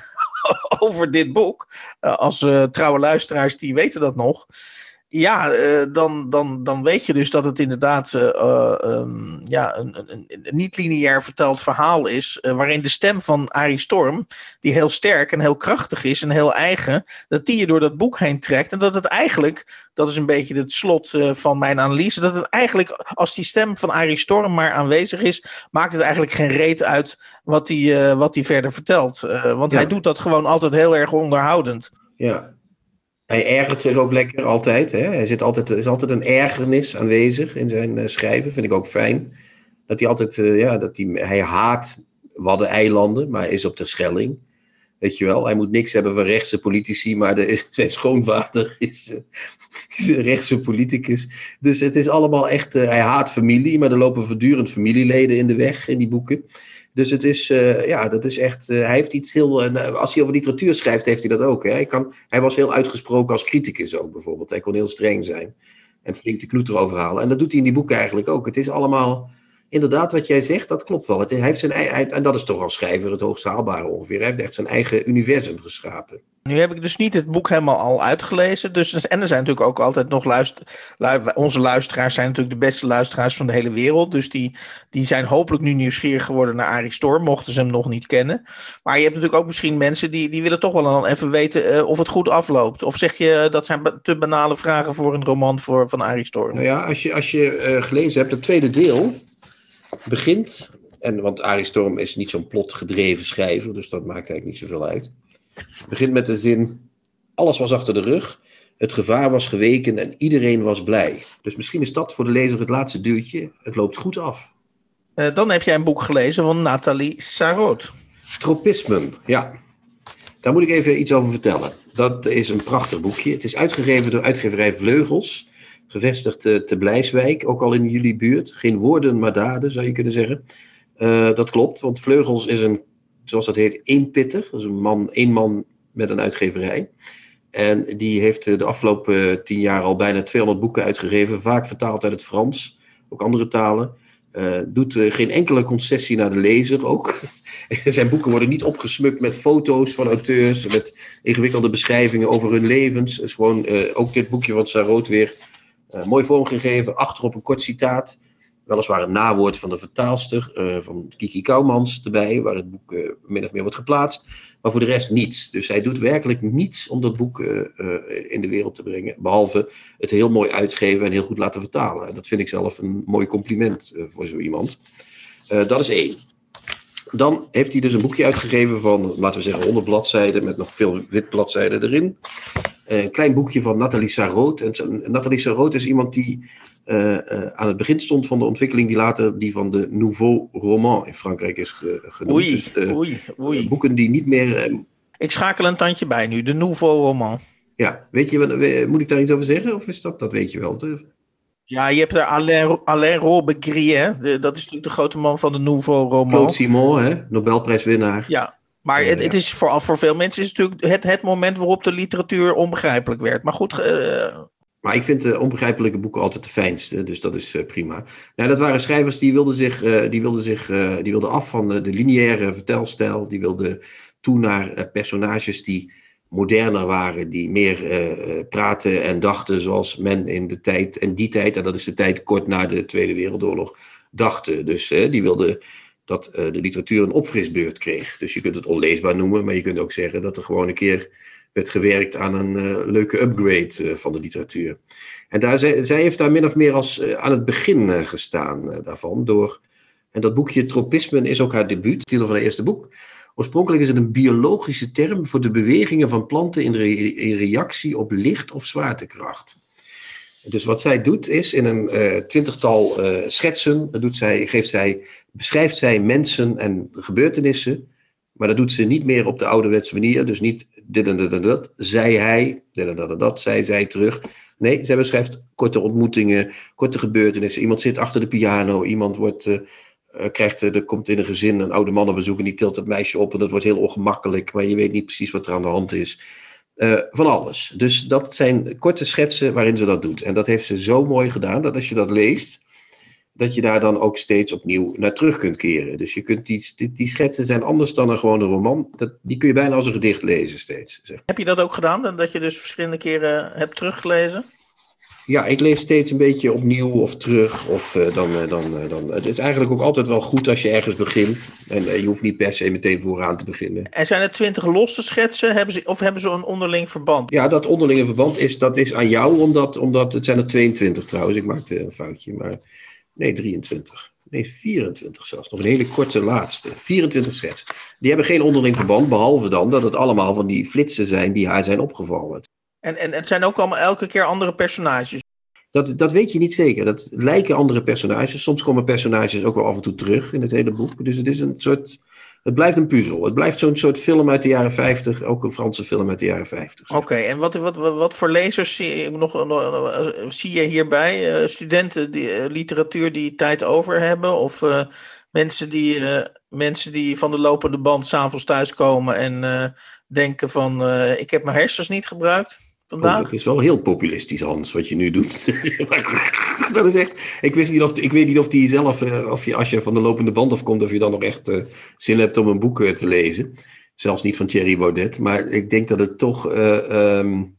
Speaker 2: over dit boek. Uh, als uh, trouwe luisteraars, die weten dat nog. Ja, uh, dan, dan, dan weet je dus dat het inderdaad uh, uh, um, ja, een, een, een niet lineair verteld verhaal is. Uh, waarin de stem van Arie Storm, die heel sterk en heel krachtig is en heel eigen, dat die je door dat boek heen trekt. En dat het eigenlijk, dat is een beetje het slot uh, van mijn analyse, dat het eigenlijk, als die stem van Arie Storm maar aanwezig is, maakt het eigenlijk geen reet uit wat hij uh, wat hij verder vertelt. Uh, want ja. Hij doet dat gewoon altijd heel erg onderhoudend.
Speaker 3: Ja. Hij ergert zich ook lekker altijd. Hè? Hij zit altijd, er is altijd een ergernis aanwezig in zijn uh, schrijven. Vind ik ook fijn. Dat hij altijd, uh, ja, dat hij, hij haat Waddeneilanden, maar hij is op de Schelling. Weet je wel, hij moet niks hebben van rechtse politici, maar de, is, zijn schoonvader is, uh, is een rechtse politicus. Dus het is allemaal echt, uh, hij haat familie, maar er lopen voortdurend familieleden in de weg in die boeken. Dus het is, uh, ja, dat is echt, uh, hij heeft iets heel, uh, als hij over literatuur schrijft, heeft hij dat ook. Hè? Hij, kan, hij was heel uitgesproken als criticus ook bijvoorbeeld. Hij kon heel streng zijn en flink de knoet erover halen. En dat doet hij in die boeken eigenlijk ook. Het is allemaal, inderdaad wat jij zegt, dat klopt wel. Het, hij heeft zijn, hij, en dat is toch als schrijver het hoogst haalbare ongeveer. Hij heeft echt zijn eigen universum geschapen.
Speaker 2: Nu heb ik dus niet het boek helemaal al uitgelezen. Dus, en er zijn natuurlijk ook altijd nog luister, lu, onze luisteraars zijn natuurlijk de beste luisteraars van de hele wereld. Dus die, die zijn hopelijk nu nieuwsgierig geworden naar Arie Storm, mochten ze hem nog niet kennen. Maar je hebt natuurlijk ook misschien mensen die, die willen toch wel dan even weten uh, of het goed afloopt. Of zeg je uh, dat zijn te banale vragen voor een roman voor, van Arie Storm?
Speaker 3: Nou ja, als je, als je uh, gelezen hebt, het tweede deel begint, en, want Arie Storm is niet zo'n plotgedreven schrijver, dus dat maakt eigenlijk niet zoveel uit. Het begint met de zin, alles was achter de rug, het gevaar was geweken en iedereen was blij. Dus misschien is dat voor de lezer het laatste duwtje, het loopt goed af.
Speaker 2: Uh, dan heb jij een boek gelezen van Nathalie Sarraute.
Speaker 3: Tropismen, ja. Daar moet ik even iets over vertellen. Dat is een prachtig boekje. Het is uitgegeven door uitgeverij Vleugels, gevestigd uh, te Blijswijk, ook al in jullie buurt. Geen woorden, maar daden, zou je kunnen zeggen. Uh, dat klopt, want Vleugels is een, zoals dat heet, eenpitter. Dat is een man, één man met een uitgeverij. En die heeft de afgelopen tien jaar al bijna tweehonderd boeken uitgegeven, vaak vertaald uit het Frans, ook andere talen. Uh, doet uh, geen enkele concessie naar de lezer ook. Zijn boeken worden niet opgesmukt met foto's van auteurs, met ingewikkelde beschrijvingen over hun levens. Het is gewoon uh, ook dit boekje van Sarraute weer uh, mooi vormgegeven, achterop een kort citaat. Weliswaar een nawoord van de vertaalster, uh, van Kiki Kouwmans erbij, waar het boek uh, min of meer wordt geplaatst. Maar voor de rest niets. Dus hij doet werkelijk niets om dat boek uh, uh, in de wereld te brengen. Behalve het heel mooi uitgeven en heel goed laten vertalen. En dat vind ik zelf een mooi compliment uh, voor zo iemand. Uh, dat is één. Dan heeft hij dus een boekje uitgegeven van, laten we zeggen, honderd bladzijden met nog veel wit bladzijden erin. Uh, een klein boekje van Nathalie Sarraute. En Nathalie Sarraute is iemand die uh, uh, aan het begin stond van de ontwikkeling die later die van de Nouveau Roman in Frankrijk is ge, genoemd.
Speaker 2: Oei,
Speaker 3: dus de,
Speaker 2: oei, oei.
Speaker 3: Uh, boeken die niet meer uh,
Speaker 2: Ik schakel een tandje bij nu, de nouveau roman.
Speaker 3: Ja, weet je, wat, moet ik daar iets over zeggen? Of is dat, dat weet je wel?
Speaker 2: Ja, je hebt daar Alain, Alain Robbe-Gris, hè? De, dat is natuurlijk de grote man van de nouveau roman.
Speaker 3: Claude Simon, hè? Nobelprijswinnaar.
Speaker 2: Ja, maar het, het is voor, voor veel mensen is het natuurlijk het, het moment waarop de literatuur onbegrijpelijk werd. Maar goed... Uh...
Speaker 3: Maar ik vind de onbegrijpelijke boeken altijd de fijnste, dus dat is uh, prima. Nou, dat waren schrijvers die wilden zich, uh, die wilden zich uh, die wilden af van uh, de lineaire vertelstijl. Die wilden toe naar uh, personages die moderner waren, die meer uh, praten en dachten zoals men in de tijd, en die tijd, en dat is de tijd kort na de Tweede Wereldoorlog, dachten. Dus uh, die wilden dat uh, de literatuur een opfrisbeurt kreeg. Dus je kunt het onleesbaar noemen, maar je kunt ook zeggen dat er gewoon een keer werd gewerkt aan een uh, leuke upgrade uh, van de literatuur. En daar, zij, zij heeft daar min of meer als uh, aan het begin uh, gestaan uh, daarvan. Door, en dat boekje Tropismen is ook haar debuut, titel van haar eerste boek. Oorspronkelijk is het een biologische term voor de bewegingen van planten in, re, in reactie op licht of zwaartekracht. Dus wat zij doet is, in een uh, twintigtal uh, schetsen doet zij, geeft zij, beschrijft zij mensen en gebeurtenissen. Maar dat doet ze niet meer op de ouderwetse manier. Dus niet dit en dat en dat, zei hij, dit en dat en dat, zei zij terug. Nee, zij beschrijft korte ontmoetingen, korte gebeurtenissen. Iemand zit achter de piano, iemand wordt, uh, uh, krijgt, uh, er komt in een gezin een oude man op bezoek en die tilt het meisje op en dat wordt heel ongemakkelijk, maar je weet niet precies wat er aan de hand is. Uh, van alles. Dus dat zijn korte schetsen waarin ze dat doet. En dat heeft ze zo mooi gedaan, dat als je dat leest, dat je daar dan ook steeds opnieuw naar terug kunt keren. Dus je kunt die, die, die schetsen zijn anders dan een gewone roman. Dat, die kun je bijna als een gedicht lezen steeds. Zeg.
Speaker 2: Heb je dat ook gedaan? Dat je dus verschillende keren hebt teruggelezen?
Speaker 3: Ja, ik lees steeds een beetje opnieuw of terug. Of, uh, dan, uh, dan, uh, dan. Het is eigenlijk ook altijd wel goed als je ergens begint. En uh, je hoeft niet per se meteen vooraan te beginnen.
Speaker 2: En zijn er twintig losse schetsen? Hebben ze, of hebben ze een onderling verband?
Speaker 3: Ja, dat onderlinge verband is, dat is aan jou. Omdat, omdat het zijn er tweeëntwintig trouwens. Ik maakte een foutje, maar... Nee, drieëntwintig. Nee, vierentwintig zelfs. Nog een hele korte laatste. vierentwintig schetsen. Die hebben geen onderling verband, behalve dan dat het allemaal van die flitsen zijn die haar zijn opgevallen.
Speaker 2: En, en het zijn ook allemaal elke keer andere personages?
Speaker 3: Dat, dat weet je niet zeker. Dat lijken andere personages. Soms komen personages ook wel af en toe terug in het hele boek. Dus het is een soort... Het blijft een puzzel. Het blijft zo'n soort film uit de jaren vijftig. Ook een Franse film uit de jaren vijftig.
Speaker 2: Oké, okay, en wat, wat, wat voor lezers zie, nog, nog, zie je hierbij? Uh, studenten die uh, literatuur die tijd over hebben? Of uh, mensen, die, uh, mensen die van de lopende band 's avonds thuiskomen en uh, denken van... Uh, ik heb mijn hersens niet gebruikt vandaag?
Speaker 3: Oh, dat is wel heel populistisch, Hans, wat je nu doet. Dat is echt... Ik, wist niet of, ik weet niet of die zelf, uh, of je, als je van de lopende band afkomt, of je dan nog echt uh, zin hebt om een boek uh, te lezen. Zelfs niet van Thierry Baudet. Maar ik denk dat het toch... Uh, um,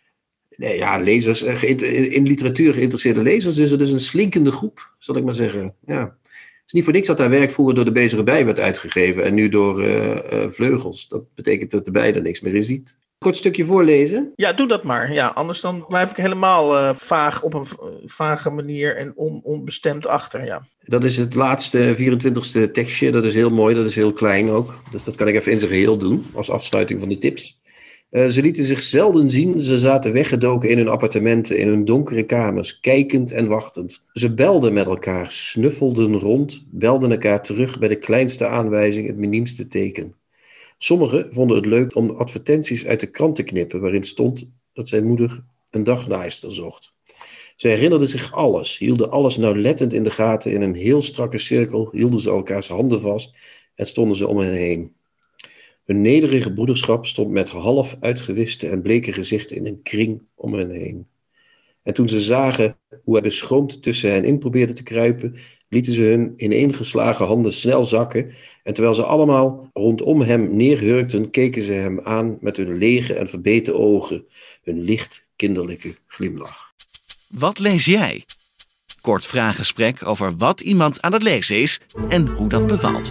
Speaker 3: nee, ja, lezers... Uh, in, in literatuur geïnteresseerde lezers. Dus het is een slinkende groep, zal ik maar zeggen. Ja. Het is niet voor niks dat haar werk vroeger door de Bezige Bij werd uitgegeven. En nu door uh, uh, Vleugels. Dat betekent dat de bij er niks meer in ziet. Kort stukje voorlezen?
Speaker 2: Ja, doe dat maar. Ja, anders dan blijf ik helemaal uh, vaag op een vage manier en on, onbestemd achter. Ja.
Speaker 3: Dat is het laatste vierentwintigste tekstje. Dat is heel mooi, dat is heel klein ook. Dus dat kan ik even in zijn geheel doen, als afsluiting van de tips. Uh, ze lieten zich zelden zien. Ze zaten weggedoken in hun appartementen, in hun donkere kamers, kijkend en wachtend. Ze belden met elkaar, snuffelden rond, belden elkaar terug bij de kleinste aanwijzing, het minimste teken. Sommigen vonden het leuk om advertenties uit de krant te knippen waarin stond dat zijn moeder een dagnaaister zocht. Ze herinnerden zich alles, hielden alles nauwlettend in de gaten. In een heel strakke cirkel hielden ze elkaars handen vast en stonden ze om hen heen. Hun nederige broederschap stond met half uitgewiste en bleke gezichten in een kring om hen heen. En toen ze zagen hoe hij beschroomd tussen hen in probeerde te kruipen, lieten ze hun ineengeslagen handen snel zakken. En terwijl ze allemaal rondom hem neerhurkten, keken ze hem aan met hun lege en verbeten ogen, hun licht kinderlijke glimlach.
Speaker 1: Wat lees jij? Kort vraaggesprek over wat iemand aan het lezen is en hoe dat bevalt.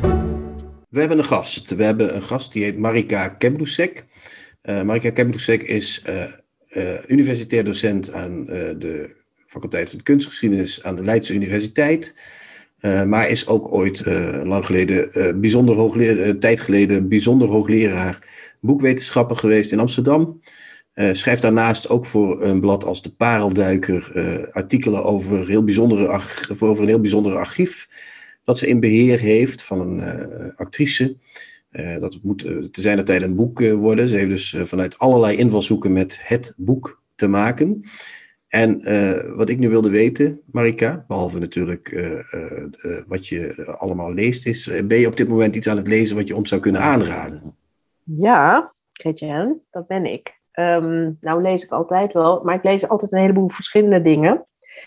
Speaker 3: We hebben een gast. We hebben een gast die heet Marika Keblusek. Uh, Marika Keblusek is uh, uh, universitair docent aan uh, de faculteit van kunstgeschiedenis aan de Leidse Universiteit. Uh, maar is ook ooit uh, lang geleden, uh, bijzonder hoogleraar, uh, tijd geleden, bijzonder hoogleraar boekwetenschappen geweest in Amsterdam. Uh, schrijft daarnaast ook voor een blad als De Parelduiker uh, artikelen over, heel bijzondere ach- over een heel bijzonder archief dat ze in beheer heeft van een uh, actrice. Uh, dat moet uh, te zijner tijd een boek uh, worden. Ze heeft dus uh, vanuit allerlei invalshoeken met het boek te maken. En uh, wat ik nu wilde weten, Marika, behalve natuurlijk uh, uh, uh, wat je allemaal leest, is, uh, ben je op dit moment iets aan het lezen wat je ons zou kunnen aanraden?
Speaker 4: Ja, Gretchen, dat ben ik. Um, nou lees ik altijd wel, maar ik lees altijd een heleboel verschillende dingen.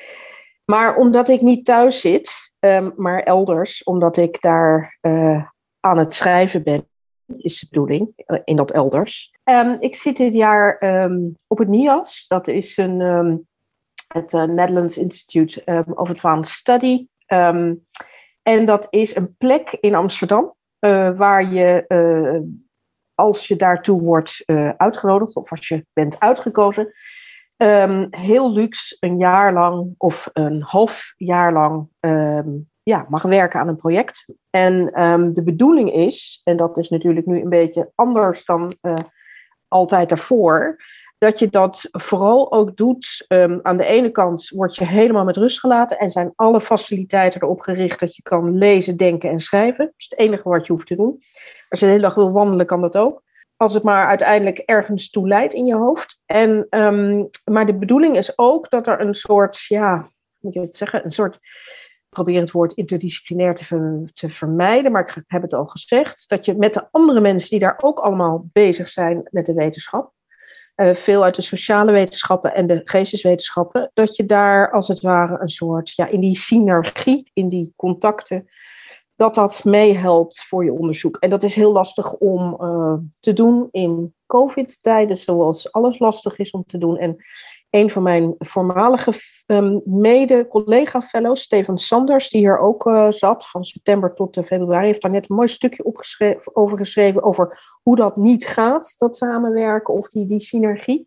Speaker 4: Maar omdat ik niet thuis zit, um, maar elders, omdat ik daar uh, aan het schrijven ben, is de bedoeling, uh, in dat elders. Um, ik zit dit jaar um, op het N I A S, dat is een, um, het uh, Netherlands Institute um, of Advanced Study. Um, en dat is een plek in Amsterdam, uh, waar je, uh, als je daartoe wordt uh, uitgenodigd, of als je bent uitgekozen, um, heel luxe een jaar lang of een half jaar lang um, ja, mag werken aan een project. En um, de bedoeling is, en dat is natuurlijk nu een beetje anders dan uh, altijd daarvoor, dat je dat vooral ook doet. Um, aan de ene kant word je helemaal met rust gelaten en zijn alle faciliteiten erop gericht dat je kan lezen, denken en schrijven. Dat is het enige wat je hoeft te doen. Als je de hele dag wil wandelen, kan dat ook. Als het maar uiteindelijk ergens toe leidt in je hoofd. En, um, maar de bedoeling is ook dat er een soort, ja, moet je het zeggen, een soort, ik probeer het woord interdisciplinair te, ver, te vermijden, maar ik heb het al gezegd, dat je met de andere mensen die daar ook allemaal bezig zijn met de wetenschap, uh, veel uit de sociale wetenschappen en de geesteswetenschappen, dat je daar als het ware een soort, ja, in die synergie, in die contacten, dat dat meehelpt voor je onderzoek. En dat is heel lastig om uh, te doen in COVID-tijden, zoals alles lastig is om te doen. En een van mijn voormalige um, mede-collega-fellows, Stefan Sanders, die hier ook uh, zat, van september tot uh, februari, heeft daar net een mooi stukje opgeschreven, over geschreven, over hoe dat niet gaat, dat samenwerken of die, die synergie.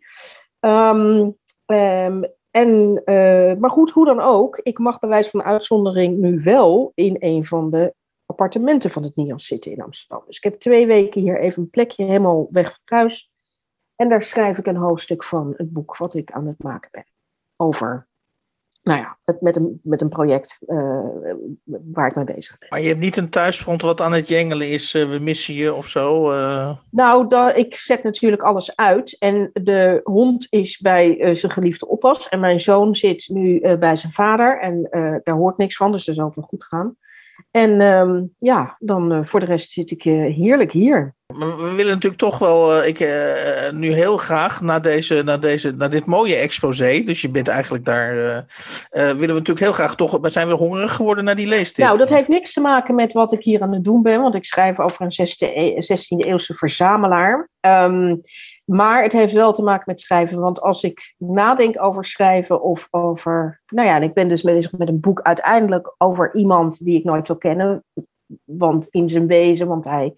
Speaker 4: Um, um, En, uh, maar goed, hoe dan ook, ik mag bij wijze van uitzondering nu wel in een van de appartementen van het N I A S zitten in Amsterdam. Dus ik heb twee weken hier even een plekje helemaal weg van thuis. En daar schrijf ik een hoofdstuk van het boek wat ik aan het maken ben. Over, nou ja, het, met, een, met een project uh, waar ik mee bezig ben.
Speaker 2: Maar je hebt niet een thuisfront wat aan het jengelen is, uh, we missen je of zo? Uh...
Speaker 4: Nou, da, ik zet natuurlijk alles uit. En de hond is bij uh, zijn geliefde oppas. En mijn zoon zit nu uh, bij zijn vader. En uh, daar hoort niks van, dus dat zal het wel goed gaan. En um, ja, dan uh, voor de rest zit ik uh, heerlijk hier.
Speaker 2: Maar we willen natuurlijk toch wel, uh, ik uh, nu heel graag na, deze, na, deze, na dit mooie exposé, dus je bent eigenlijk daar, uh, uh, willen we natuurlijk heel graag toch, maar zijn we hongerig geworden naar die leestip?
Speaker 4: Nou, dat heeft niks te maken met wat ik hier aan het doen ben, want ik schrijf over een zestiende eeuwse verzamelaar. Um, maar het heeft wel te maken met schrijven, want als ik nadenk over schrijven of over, nou ja, en ik ben dus bezig met een boek uiteindelijk over iemand die ik nooit zal kennen, want in zijn wezen, want hij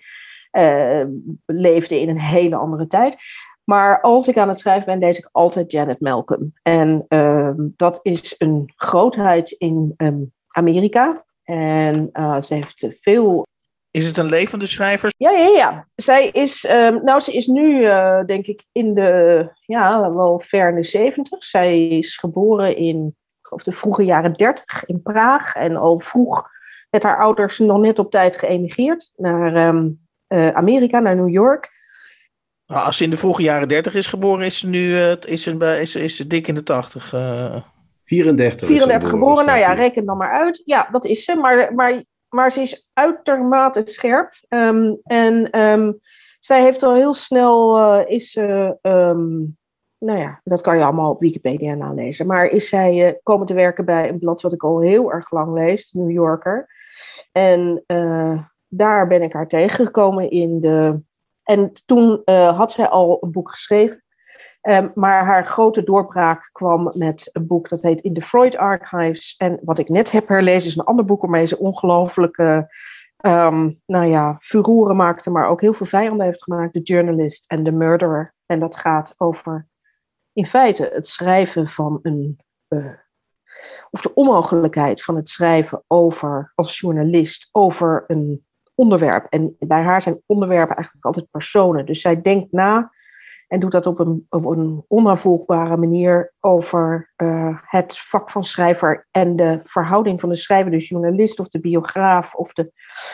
Speaker 4: Uh, leefde in een hele andere tijd. Maar als ik aan het schrijven ben, lees ik altijd Janet Malcolm. En uh, dat is een grootheid in um, Amerika. En uh, ze heeft veel...
Speaker 2: Is het een levende schrijver?
Speaker 4: Ja, ja, ja. Zij is, um, nou, ze is nu, uh, denk ik, in de, ja, wel ver in de zeventig. Zij is geboren in, ik geloof, de vroege jaren dertig in Praag. En al vroeg met haar ouders nog net op tijd geëmigreerd naar Um, Uh, Amerika, naar New York.
Speaker 2: Nou, als ze in de vroege jaren dertig is geboren, is ze nu uh, is ze, is ze, is ze dik in de tachtig. Uh...
Speaker 3: vierendertig.
Speaker 4: vierendertig geboren, geboren nou ja, reken dan maar uit. Ja, dat is ze, maar, maar, maar ze is uitermate scherp. Um, en um, zij heeft al heel snel, uh, is uh, um, nou ja, dat kan je allemaal op Wikipedia nalezen, maar is zij uh, komen te werken bij een blad wat ik al heel erg lang lees, New Yorker. En uh, daar ben ik haar tegengekomen in de... En toen uh, had zij al een boek geschreven. Um, maar haar grote doorbraak kwam met een boek dat heet In the Freud Archives. En wat ik net heb herlezen is een ander boek waarmee ze ongelooflijke um, nou ja, furoren maakte, maar ook heel veel vijanden heeft gemaakt. The Journalist and the Murderer. En dat gaat over, in feite, het schrijven van een... Uh, of de onmogelijkheid van het schrijven over, als journalist, over een onderwerp. En bij haar zijn onderwerpen eigenlijk altijd personen. Dus zij denkt na en doet dat op een, op een onnavolgbare manier over uh, het vak van schrijver en de verhouding van de schrijver, de journalist of de biograaf of de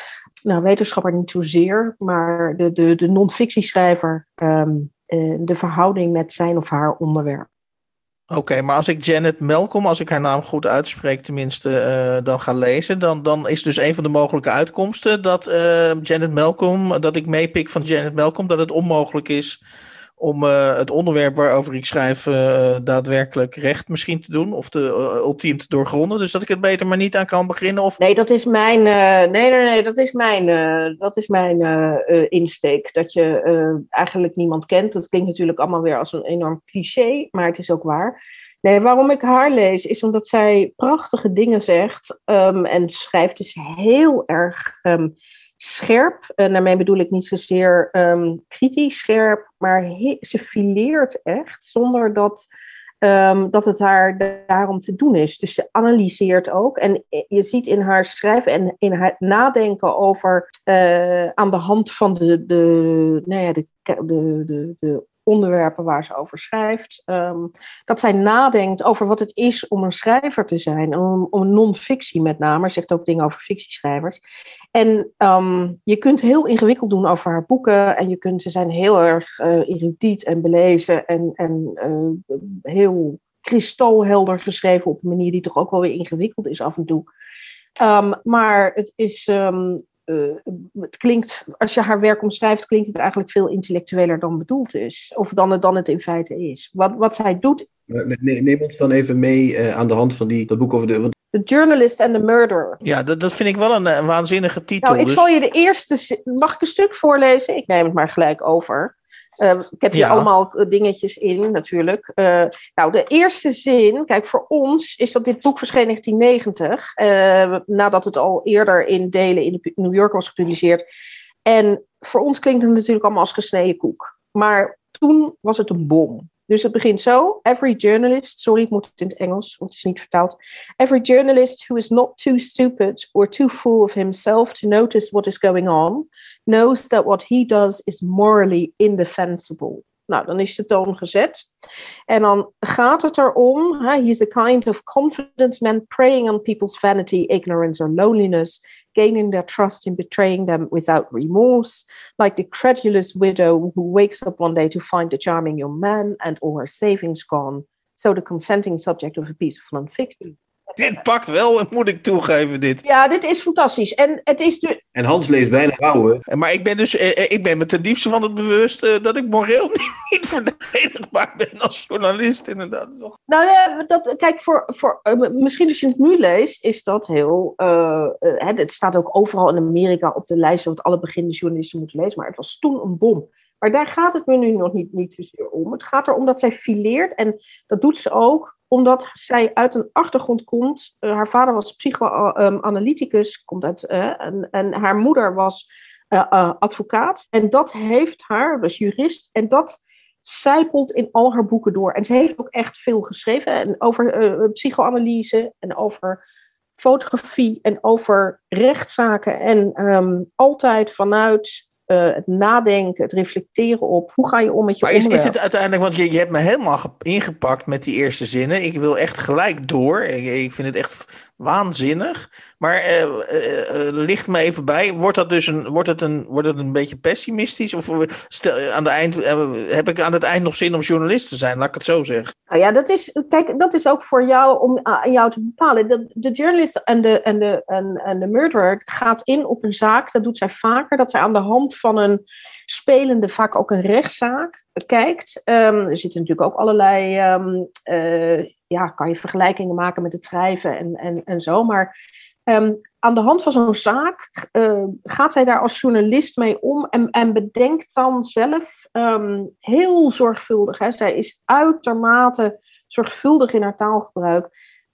Speaker 4: nou, wetenschapper niet zozeer, maar de, de, de non-fictieschrijver, um, uh, de verhouding met zijn of haar onderwerp.
Speaker 2: Oké, okay, maar als ik Janet Malcolm, als ik haar naam goed uitspreek tenminste, uh, dan ga lezen, dan, dan is dus een van de mogelijke uitkomsten dat uh, Janet Malcolm, dat ik meepik van Janet Malcolm, dat het onmogelijk is om uh, het onderwerp waarover ik schrijf uh, daadwerkelijk recht misschien te doen of te, uh, ultiem te doorgronden. Dus dat ik het beter maar niet aan kan beginnen? Of...
Speaker 4: Nee, dat is mijn, uh, nee, nee, nee, dat is mijn, uh, dat is mijn uh, uh, insteek. Dat je uh, eigenlijk niemand kent. Dat klinkt natuurlijk allemaal weer als een enorm cliché, maar het is ook waar. Nee, waarom ik haar lees is omdat zij prachtige dingen zegt um, en schrijft dus heel erg... Um, scherp, en daarmee bedoel ik niet zozeer um, kritisch scherp, maar he- ze fileert echt zonder dat, um, dat het haar daarom te doen is. Dus ze analyseert ook en je ziet in haar schrijven en in haar nadenken over uh, aan de hand van de, de, nou ja, de, de, de, de onderwerpen waar ze over schrijft, um, dat zij nadenkt over wat het is om een schrijver te zijn, om, om non-fictie met name, zegt ook dingen over fictieschrijvers. En um, je kunt heel ingewikkeld doen over haar boeken en je kunt, ze zijn heel erg uh, erudiet en belezen en, en uh, heel kristalhelder geschreven op een manier die toch ook wel weer ingewikkeld is af en toe. Um, maar het is... Um, Uh, het klinkt, als je haar werk omschrijft, klinkt het eigenlijk veel intellectueler dan bedoeld is. Of dan het, dan het in feite is. Wat, wat zij doet...
Speaker 3: Nee, neem ons dan even mee uh, aan de hand van die, dat boek over de...
Speaker 4: The Journalist and the Murderer.
Speaker 2: Ja, dat, dat vind ik wel een, een waanzinnige titel.
Speaker 4: Nou, ik
Speaker 2: dus...
Speaker 4: zal je de eerste... Mag ik een stuk voorlezen? Ik neem het maar gelijk over. Uh, ik heb hier
Speaker 2: ja.
Speaker 4: allemaal dingetjes in, natuurlijk. Uh, nou, de eerste zin... Kijk, voor ons is dat dit boek verscheen in negentien negentig. Uh, nadat het al eerder in delen in de New Yorker was gepubliceerd. En voor ons klinkt het natuurlijk allemaal als gesneden koek. Maar toen was het een bom. Dus het begint zo. Every journalist... Sorry, ik moet het in het Engels, want het is niet vertaald. Every journalist who is not too stupid or too full of himself to notice what is going on... knows that what he does is morally indefensible. Nou, dan is de toon gezet. En dan gaat het erom... He is a kind of confidence man preying on people's vanity, ignorance or loneliness... gaining their trust in betraying them without remorse, like the credulous widow who wakes up one day to find the charming young man and all her savings gone, so the consenting subject of a piece of non-fiction.
Speaker 2: Dit pakt wel, moet ik toegeven, dit.
Speaker 4: Ja, dit is fantastisch. En, het is de...
Speaker 3: en Hans leest bijna rauw, hè?
Speaker 2: Maar ik ben dus, eh, ik ben me ten diepste van het bewust uh, dat ik moreel niet, niet verdedigbaar ben als journalist, inderdaad.
Speaker 4: Nou, uh, dat, kijk, voor, voor, uh, misschien als je het nu leest, is dat heel... Uh, uh, het staat ook overal in Amerika op de lijst wat alle beginnende journalisten moeten lezen, maar het was toen een bom. Maar daar gaat het me nu nog niet, niet zozeer om. Het gaat erom dat zij fileert en dat doet ze ook omdat zij uit een achtergrond komt. Uh, haar vader was psychoanalyticus, komt uit, uh, en, en haar moeder was uh, uh, advocaat. En dat heeft haar, dus jurist, en dat zijpelt in al haar boeken door. En ze heeft ook echt veel geschreven en over uh, psychoanalyse en over fotografie en over rechtszaken. En um, altijd vanuit... Uh, het nadenken, het reflecteren op hoe ga je om met je
Speaker 2: maar is,
Speaker 4: onderwerp.
Speaker 2: is het uiteindelijk, want je, je hebt me helemaal ge- ingepakt met die eerste zinnen. Ik wil echt gelijk door. Ik, ik vind het echt waanzinnig. Maar uh, uh, uh, licht me even bij. Wordt dat dus een, wordt het een, wordt het een beetje pessimistisch? Of stel, aan de eind, uh, heb ik aan het eind nog zin om journalist te zijn? Laat ik het zo zeggen.
Speaker 4: Nou ja, dat is, kijk, dat is ook voor jou om aan jou te bepalen. De, de journalist en de, en, de, en, en de murderer gaat in op een zaak. Dat doet zij vaker. Dat zij aan de hand van een spelende, vaak ook een rechtszaak, kijkt. Um, er zitten natuurlijk ook allerlei, um, uh, ja, kan je vergelijkingen maken met het schrijven en, en, en zo. Maar um, aan de hand van zo'n zaak uh, gaat zij daar als journalist mee om en, en bedenkt dan zelf um, heel zorgvuldig. Hè. Zij is uitermate zorgvuldig in haar taalgebruik.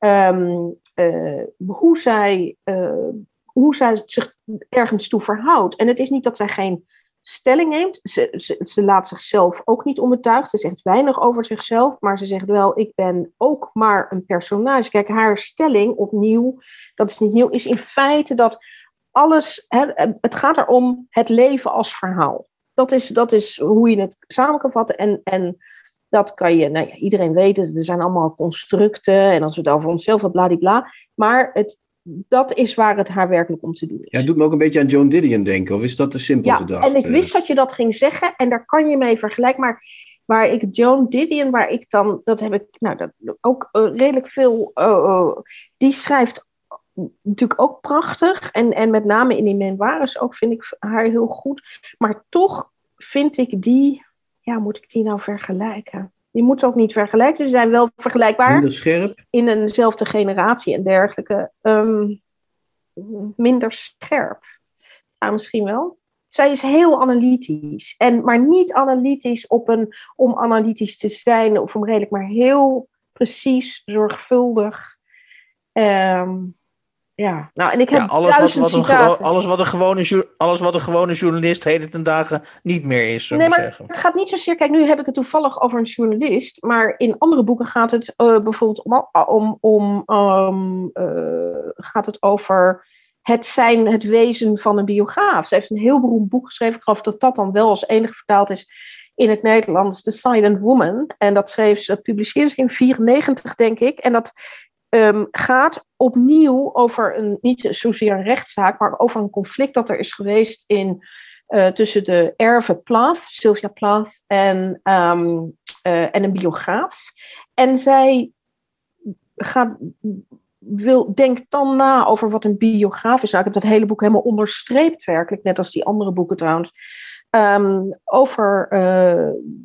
Speaker 4: Um, uh, hoe zij... Uh, hoe zij zich ergens toe verhoudt. En het is niet dat zij geen stelling neemt. Ze, ze, ze laat zichzelf ook niet onbetuigd. Ze zegt weinig over zichzelf, maar ze zegt wel, ik ben ook maar een personage. Kijk, haar stelling opnieuw, dat is niet nieuw, is in feite dat alles, hè, het gaat erom het leven als verhaal. Dat is, dat is hoe je het samen kan vatten. En, en dat kan je, nou ja, iedereen weet het, we zijn allemaal constructen en als we het over onszelf hebben, bladibla. Maar het dat is waar het haar werkelijk om te doen is.
Speaker 3: Ja, het doet me ook een beetje aan Joan Didion denken. Of is dat te simpel
Speaker 4: ja,
Speaker 3: gedacht?
Speaker 4: En ik wist dat je dat ging zeggen. En daar kan je mee vergelijken. Maar waar ik Joan Didion, waar ik dan... Dat heb ik nou, dat, ook uh, redelijk veel... Uh, uh, die schrijft natuurlijk ook prachtig. En, en met name in die memoires ook vind ik haar heel goed. Maar toch vind ik die... Ja, moet ik die nou vergelijken? Die moet ook niet vergelijken. Ze zijn wel vergelijkbaar.
Speaker 3: Minder scherp?
Speaker 4: In eenzelfde generatie en dergelijke. Um, minder scherp. Ja, misschien wel. Zij is heel analytisch. En, maar niet analytisch op een, om analytisch te zijn. Of om redelijk, maar heel precies, zorgvuldig. Um, ja, nou en ik heb
Speaker 2: ja, alles, wat, wat een gewo-
Speaker 4: citaten.
Speaker 2: alles, wat een gewone, alles wat een gewone journalist heden ten dagen niet meer is.
Speaker 4: Nee, maar
Speaker 2: zeggen.
Speaker 4: het gaat niet zozeer... Kijk, nu heb ik het toevallig over een journalist. Maar in andere boeken gaat het uh, bijvoorbeeld om... om, om um, uh, gaat het over het zijn, het wezen van een biograaf. Ze heeft een heel beroemd boek geschreven. Ik geloof dat dat dan wel als enige vertaald is in het Nederlands. The Silent Woman. En dat schreef ze, dat publiceerde ze in vierennegentig, denk ik. En dat... Um, gaat opnieuw over een, niet zozeer een rechtszaak, maar over een conflict dat er is geweest in, uh, tussen de erve Plath, Sylvia Plath, en, um, uh, en een biograaf. En zij gaat, wil, denkt dan na over wat een biograaf is. Nou, ik heb dat hele boek helemaal onderstreept werkelijk, net als die andere boeken trouwens. Um, over... Uh,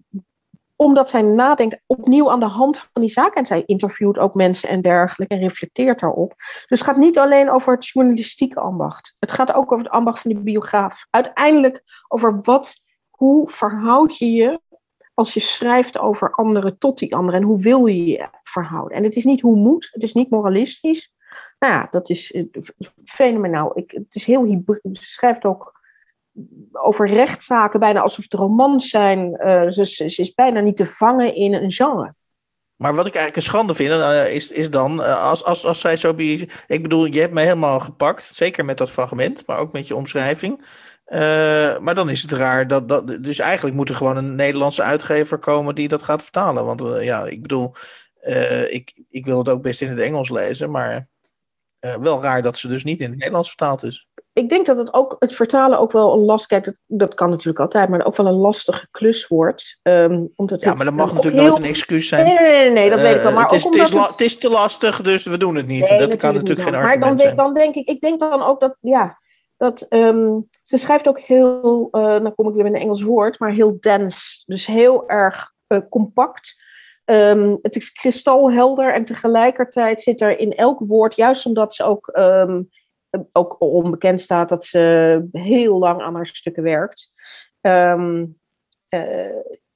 Speaker 4: Omdat zij nadenkt opnieuw aan de hand van die zaak. En zij interviewt ook mensen en dergelijke en reflecteert daarop. Dus het gaat niet alleen over het journalistieke ambacht. Het gaat ook over het ambacht van die biograaf. Uiteindelijk over wat, hoe verhoud je je als je schrijft over anderen tot die anderen. En hoe wil je je verhouden. En het is niet hoe moet, het is niet moralistisch. Nou ja, dat is uh, fenomenaal. Ik, het is heel hybride. Ze schrijft ook over rechtszaken, bijna alsof het romans zijn. Uh, ze, ze is bijna niet te vangen in een genre.
Speaker 2: Maar wat ik eigenlijk een schande vind, uh, is, is dan, uh, als, als, als zij zo... Be- ik bedoel, je hebt me helemaal gepakt, zeker met dat fragment, maar ook met je omschrijving. Uh, maar dan is het raar, dat, dat, dus eigenlijk moet er gewoon een Nederlandse uitgever komen die dat gaat vertalen. Want uh, ja, ik bedoel, uh, ik, ik wil het ook best in het Engels lezen, maar uh, wel raar dat ze dus niet in het Nederlands vertaald is.
Speaker 4: Ik denk dat het ook het vertalen ook wel een last... Kijk, dat, dat kan natuurlijk altijd, maar ook wel een lastige klus wordt. Um, omdat
Speaker 2: ja,
Speaker 4: het,
Speaker 2: maar dat mag
Speaker 4: um,
Speaker 2: natuurlijk
Speaker 4: heel...
Speaker 2: nooit een excuus zijn.
Speaker 4: Nee, nee, nee, nee dat uh, weet ik wel. Maar
Speaker 2: het, is,
Speaker 4: ook
Speaker 2: het, is la-
Speaker 4: het...
Speaker 2: het is te lastig, dus we doen het niet.
Speaker 4: Nee,
Speaker 2: dat
Speaker 4: natuurlijk
Speaker 2: kan natuurlijk
Speaker 4: niet,
Speaker 2: geen
Speaker 4: maar
Speaker 2: argument
Speaker 4: dan,
Speaker 2: zijn.
Speaker 4: dan denk ik, ik denk dan ook dat, ja, dat um, ze schrijft ook heel, uh, dan kom ik weer met een Engels woord, maar heel dense. Dus heel erg uh, compact. Um, het is kristalhelder en tegelijkertijd zit er in elk woord, juist omdat ze ook... Um, ook onbekend staat dat ze heel lang aan haar stukken werkt. Um, uh,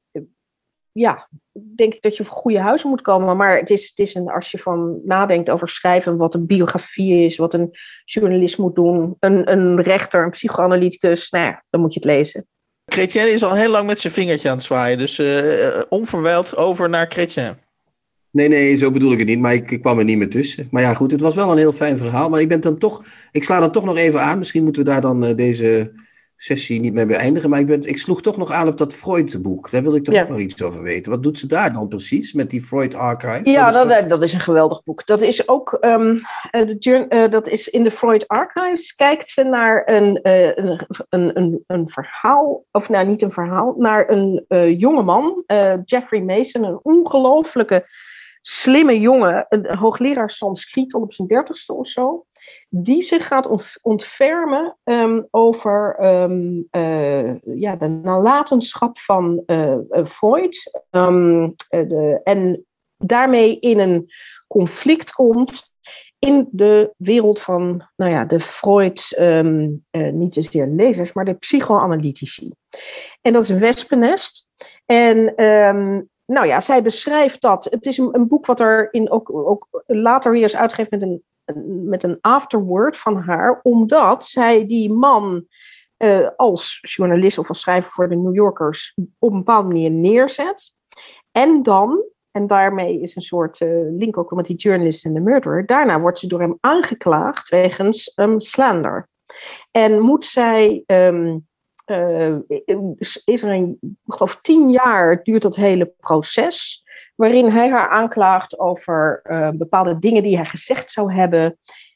Speaker 4: ja, denk ik dat je voor goede huizen moet komen. Maar het is, het is een, als je van nadenkt over schrijven, wat een biografie is, wat een journalist moet doen, een, een rechter, een psychoanalyticus, nou ja, dan moet je het lezen.
Speaker 2: Chrétien is al heel lang met zijn vingertje aan het zwaaien, dus uh, onverwijld over naar Chrétien.
Speaker 3: Nee, nee, zo bedoel ik het niet, maar ik, ik kwam er niet meer tussen. Maar ja, goed, het was wel een heel fijn verhaal. Maar ik ben dan toch, ik sla dan toch nog even aan. Misschien moeten we daar dan uh, deze sessie niet mee beëindigen. Maar ik, ben, ik sloeg toch nog aan op dat Freud-boek. Daar wil ik toch ja. ook nog iets over weten. Wat doet ze daar dan precies met die Freud Archive?
Speaker 4: Ja, dat,
Speaker 3: dat?
Speaker 4: dat is een geweldig boek. Dat is ook, um, de, uh, dat is in de Freud Archives kijkt ze naar een, uh, een, een, een, een verhaal, of nou niet een verhaal, naar een uh, jongeman, uh, Jeffrey Mason, een ongelooflijke slimme jongen, een hoogleraar Sanskriet al op zijn dertigste of zo, die zich gaat ontfermen um, over um, uh, ja, de nalatenschap van uh, uh, Freud um, uh, de, en daarmee in een conflict komt in de wereld van nou ja, de Freud, um, uh, niet zozeer lezers, maar de psychoanalytici. En dat is een wespennest. En um, nou ja, zij beschrijft dat. Het is een, een boek wat er in ook, ook later weer is uitgegeven met een, met een afterword van haar, omdat zij die man uh, als journalist of als schrijver voor de New Yorkers op een bepaalde manier neerzet. En dan, en daarmee is een soort uh, link ook met die journalist en de murderer, daarna wordt ze door hem aangeklaagd wegens um, slander. En moet zij... Um, Uh, is er een, ik geloof tien jaar duurt dat hele proces, waarin hij haar aanklaagt over uh, bepaalde dingen die hij gezegd zou hebben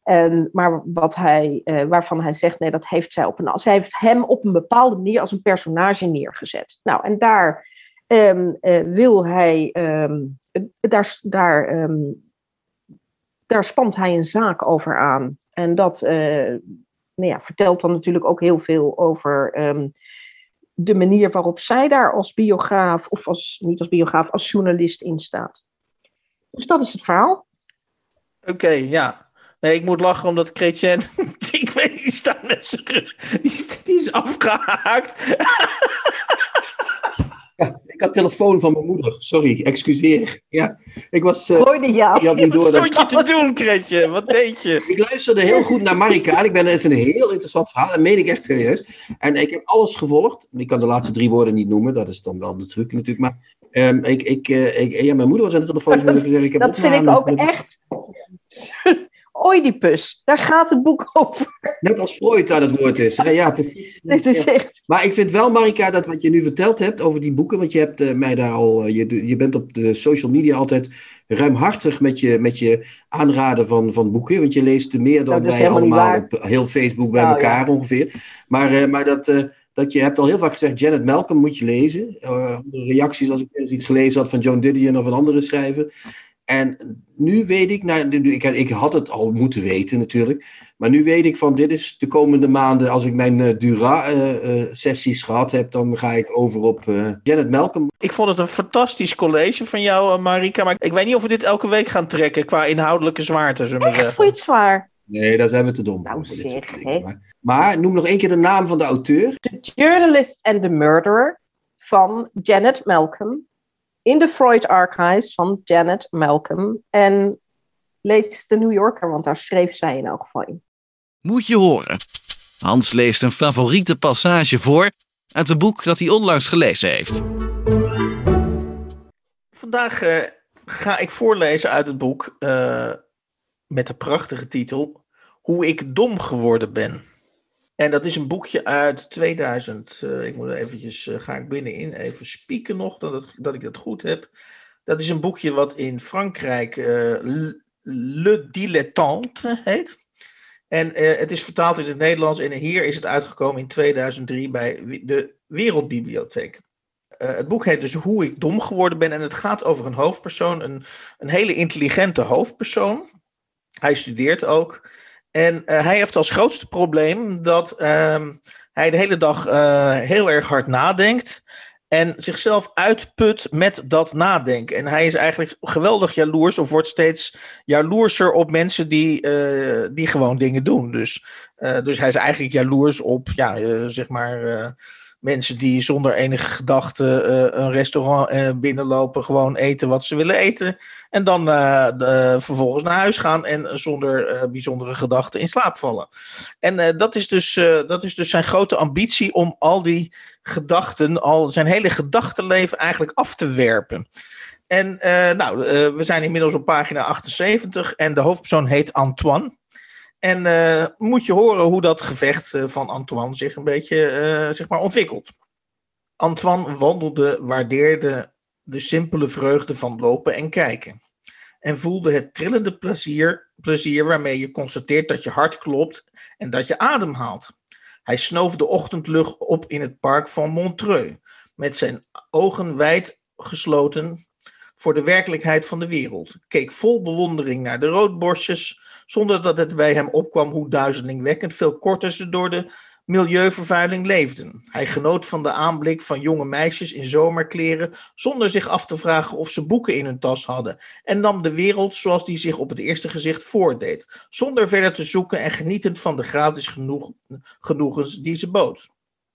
Speaker 4: En, maar wat hij, uh, waarvan hij zegt, nee, dat heeft zij op een... Zij heeft hem op een bepaalde manier als een personage neergezet. Nou, en daar um, uh, wil hij... Um, daar, daar, um, daar spant hij een zaak over aan. En dat uh, nou ja, vertelt dan natuurlijk ook heel veel over... Um, de manier waarop zij daar als biograaf, of als, niet als biograaf, als journalist in staat. Dus dat is het verhaal.
Speaker 2: Oké, okay, ja. Nee, ik moet lachen omdat Chrétien, ik weet niet, die staat met zijn rug, die, die is afgehaakt.
Speaker 3: Ja, ik had telefoon van mijn moeder, sorry, excuseer. Ja, ik was... Uh,
Speaker 4: Hoorde jou.
Speaker 3: Ik had niet door
Speaker 2: Wat stond dat... je te doen, Chrétien? Wat deed je?
Speaker 3: Ik luisterde heel goed naar Marika. Ik ben even een heel interessant verhaal. Dat meen ik echt serieus. En ik heb alles gevolgd. Ik kan de laatste drie woorden niet noemen. Dat is dan wel de truc natuurlijk. Maar um, ik, ik, uh, ik, ja, mijn moeder was aan de telefoon. Dus even zeggen, ik heb
Speaker 4: dat vind ik ook met... echt... Oedipus, daar gaat het boek over.
Speaker 3: Net als Freud aan het woord is. Ja, precies.
Speaker 4: Dit is echt...
Speaker 3: Maar ik vind wel, Marika, dat wat je nu verteld hebt over die boeken, want je hebt uh, mij daar al, uh, je, je bent op de social media altijd ruimhartig met je, met je aanraden van, van boeken, want je leest meer dan
Speaker 4: nou,
Speaker 3: wij allemaal op heel Facebook bij nou, elkaar ja. ongeveer. Maar, uh, maar dat... Uh, Dat je hebt al heel vaak gezegd, Janet Malcolm moet je lezen. Uh, reacties als ik eens iets gelezen had van Joan Didion of een andere schrijver. En nu weet ik, nou, ik, ik had het al moeten weten natuurlijk, maar nu weet ik van dit is de komende maanden, als ik mijn uh, Dura-sessies uh, uh, gehad heb, dan ga ik over op uh, Janet Malcolm.
Speaker 2: Ik vond het een fantastisch college van jou, Marika, maar ik weet niet of we dit elke week gaan trekken qua inhoudelijke zwaarte, zullen we
Speaker 4: Echt,
Speaker 2: zeggen.
Speaker 4: vond je het zwaar?
Speaker 3: Nee, daar zijn we te dom
Speaker 4: nou,
Speaker 3: voor.
Speaker 4: Zeg,
Speaker 3: dit soort dingen. Maar, maar noem nog één keer de naam van de auteur.
Speaker 4: The Journalist and the Murderer van Janet Malcolm. In de Freud Archives van Janet Malcolm. En lees de New Yorker, want daar schreef zij in elk geval in.
Speaker 1: Moet je horen. Hans leest een favoriete passage voor uit een boek dat hij onlangs gelezen heeft.
Speaker 2: Vandaag uh, ga ik voorlezen uit het boek uh, met de prachtige titel Hoe ik dom geworden ben. En dat is een boekje uit tweeduizend. Uh, ik moet er eventjes, uh, ga ik binnenin even spieken nog, dat, het, dat ik dat goed heb. Dat is een boekje wat in Frankrijk uh, Le Dilettante heet. En uh, het is vertaald in het Nederlands en hier is het uitgekomen in tweeduizend drie bij de Wereldbibliotheek. Uh, het boek heet dus Hoe ik dom geworden ben en het gaat over een hoofdpersoon, een, een hele intelligente hoofdpersoon. Hij studeert ook. En uh, hij heeft als grootste probleem dat uh, hij de hele dag uh, heel erg hard nadenkt en zichzelf uitput met dat nadenken. En hij is eigenlijk geweldig jaloers of wordt steeds jaloerser op mensen die, uh, die gewoon dingen doen. Dus, uh, dus hij is eigenlijk jaloers op, ja, uh, zeg maar... Uh, mensen die zonder enige gedachte uh, een restaurant uh, binnenlopen, gewoon eten wat ze willen eten. En dan uh, de, vervolgens naar huis gaan en zonder uh, bijzondere gedachten in slaap vallen. En uh, dat, is dus, uh, dat is dus zijn grote ambitie om al die gedachten, al zijn hele gedachtenleven eigenlijk af te werpen. En uh, nou, uh, we zijn inmiddels op pagina achtenzeventig en de hoofdpersoon heet Antoine. En uh, moet je horen hoe dat gevecht uh, van Antoine zich een beetje uh, zeg maar ontwikkelt. Antoine wandelde, waardeerde de simpele vreugde van lopen en kijken. En voelde het trillende plezier, plezier waarmee je constateert dat je hart klopt en dat je ademhaalt. Hij snoof de ochtendlucht op in het park van Montreux, met zijn ogen wijd gesloten voor de werkelijkheid van de wereld. Keek vol bewondering naar de roodborstjes, zonder dat het bij hem opkwam hoe duizelingwekkend veel korter ze door de milieuvervuiling leefden. Hij genoot van de aanblik van jonge meisjes in zomerkleren, zonder zich af te vragen of ze boeken in hun tas hadden, en nam de wereld zoals die zich op het eerste gezicht voordeed, zonder verder te zoeken en genietend van de gratis genoeg, genoegens die ze bood.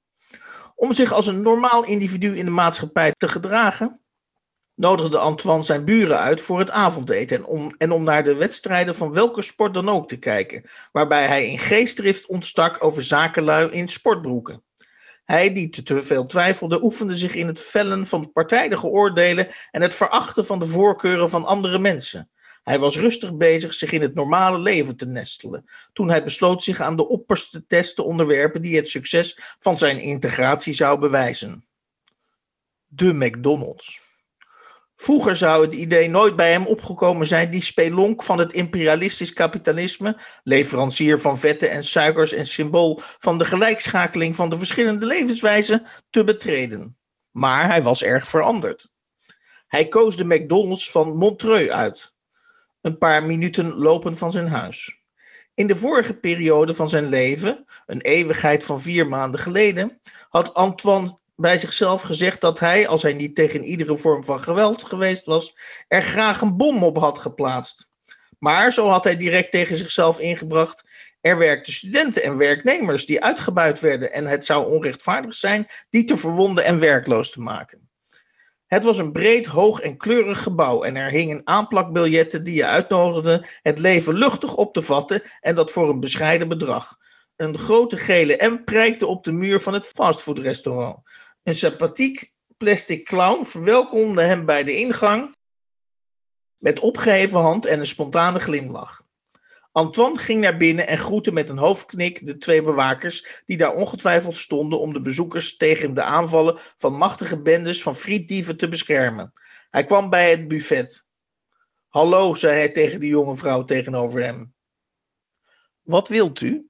Speaker 2: Om zich als een normaal individu in de maatschappij te gedragen, nodigde Antoine zijn buren uit voor het avondeten en om, en om naar de wedstrijden van welke sport dan ook te kijken, waarbij hij in geestdrift ontstak over zakenlui in sportbroeken. Hij, die te, te veel twijfelde, oefende zich in het vellen van partijdige oordelen en het verachten van de voorkeuren van andere mensen. Hij was rustig bezig zich in het normale leven te nestelen, toen hij besloot zich aan de opperste test te onderwerpen die het succes van zijn integratie zou bewijzen. De McDonald's. Vroeger zou het idee nooit bij hem opgekomen zijn die spelonk van het imperialistisch kapitalisme, leverancier van vetten en suikers en symbool van de gelijkschakeling van de verschillende levenswijzen, te betreden. Maar hij was erg veranderd. Hij koos de McDonald's van Montreux uit, een paar minuten lopen van zijn huis. In de vorige periode van zijn leven, een eeuwigheid van vier maanden geleden, had Antoine bij zichzelf gezegd dat hij, als hij niet tegen iedere vorm van geweld geweest was, er graag een bom op had geplaatst. Maar, zo had hij direct tegen zichzelf ingebracht, er werkten studenten en werknemers die uitgebuit werden en het zou onrechtvaardig zijn die te verwonden en werkloos te maken. Het was een breed, hoog en kleurig gebouw en er hingen aanplakbiljetten die je uitnodigden het leven luchtig op te vatten en dat voor een bescheiden bedrag. Een grote gele M prijkte op de muur van het fastfoodrestaurant. Een sympathiek plastic clown verwelkomde hem bij de ingang met opgeheven hand en een spontane glimlach. Antoine ging naar binnen en groette met een hoofdknik de twee bewakers die daar ongetwijfeld stonden om de bezoekers tegen de aanvallen van machtige bendes van frietdieven te beschermen. Hij kwam bij het buffet. Hallo, zei hij tegen de jonge vrouw tegenover hem. Wat wilt u?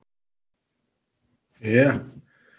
Speaker 3: Ja.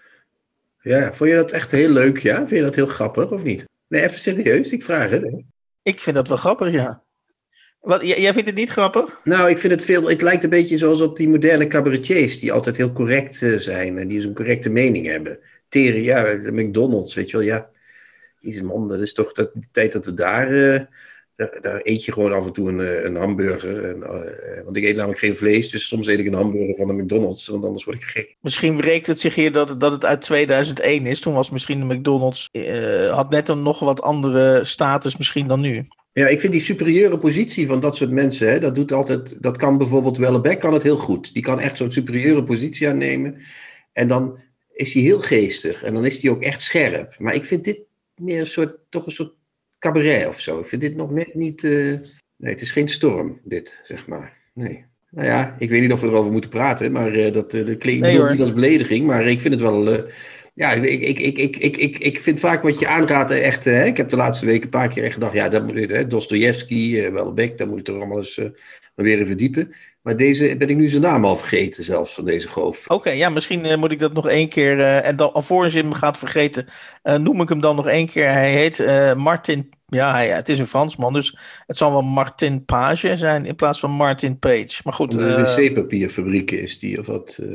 Speaker 3: Ja, vond je dat echt heel leuk, ja? Vind je dat heel grappig, of niet? Nee, even serieus, ik vraag het. Hè?
Speaker 2: Ik vind dat wel grappig, ja. Wat, j- jij vindt het niet grappig?
Speaker 3: Nou, ik vind het veel... Het lijkt een beetje zoals op die moderne cabaretiers... die altijd heel correct uh, zijn... en die zo'n correcte mening hebben. Tere, ja, de McDonald's, weet je wel, ja. Jezus man, dat is toch dat, de tijd dat we daar... Uh, daar, daar eet je gewoon af en toe een, een hamburger. En, uh, want ik eet namelijk geen vlees... dus soms eet ik een hamburger van de McDonald's... want anders word ik gek.
Speaker 2: Misschien wreekt het zich hier dat, dat het uit tweeduizend één is. Toen was misschien de McDonald's... Uh, had net een nog wat andere status misschien dan nu.
Speaker 3: Ja, ik vind die superieure positie van dat soort mensen, hè, dat doet altijd, dat kan bijvoorbeeld Wellebeck kan het heel goed. Die kan echt zo'n superieure positie aannemen en dan is hij heel geestig en dan is hij ook echt scherp. Maar ik vind dit meer een soort, toch een soort cabaret of zo. Ik vind dit nog net niet, uh... nee, het is geen storm, dit, zeg maar. Nee. Nou ja, ik weet niet of we erover moeten praten, maar uh, dat, uh, dat klinkt nee, niet als belediging, maar ik vind het wel... Uh, Ja, ik, ik, ik, ik, ik, ik, ik vind vaak wat je aanraadt echt... Hè, ik heb de laatste weken een paar keer echt gedacht... Ja, dat moet hè, Dostojevski, uh, Wellebeck, daar moet ik toch allemaal eens uh, weer in verdiepen. Maar deze ben ik nu zijn naam al vergeten zelfs, van deze goof.
Speaker 2: Oké, okay, ja, misschien uh, moet ik dat nog één keer... Uh, en dan, alvorens je hem gaat vergeten, uh, noem ik hem dan nog één keer. Hij heet uh, Martin... Ja, hij, het is een Fransman, dus het zal wel Martin Page zijn in plaats van Martin Page. Maar goed...
Speaker 3: De
Speaker 2: uh,
Speaker 3: wc-papierfabriek is die, of wat... Uh,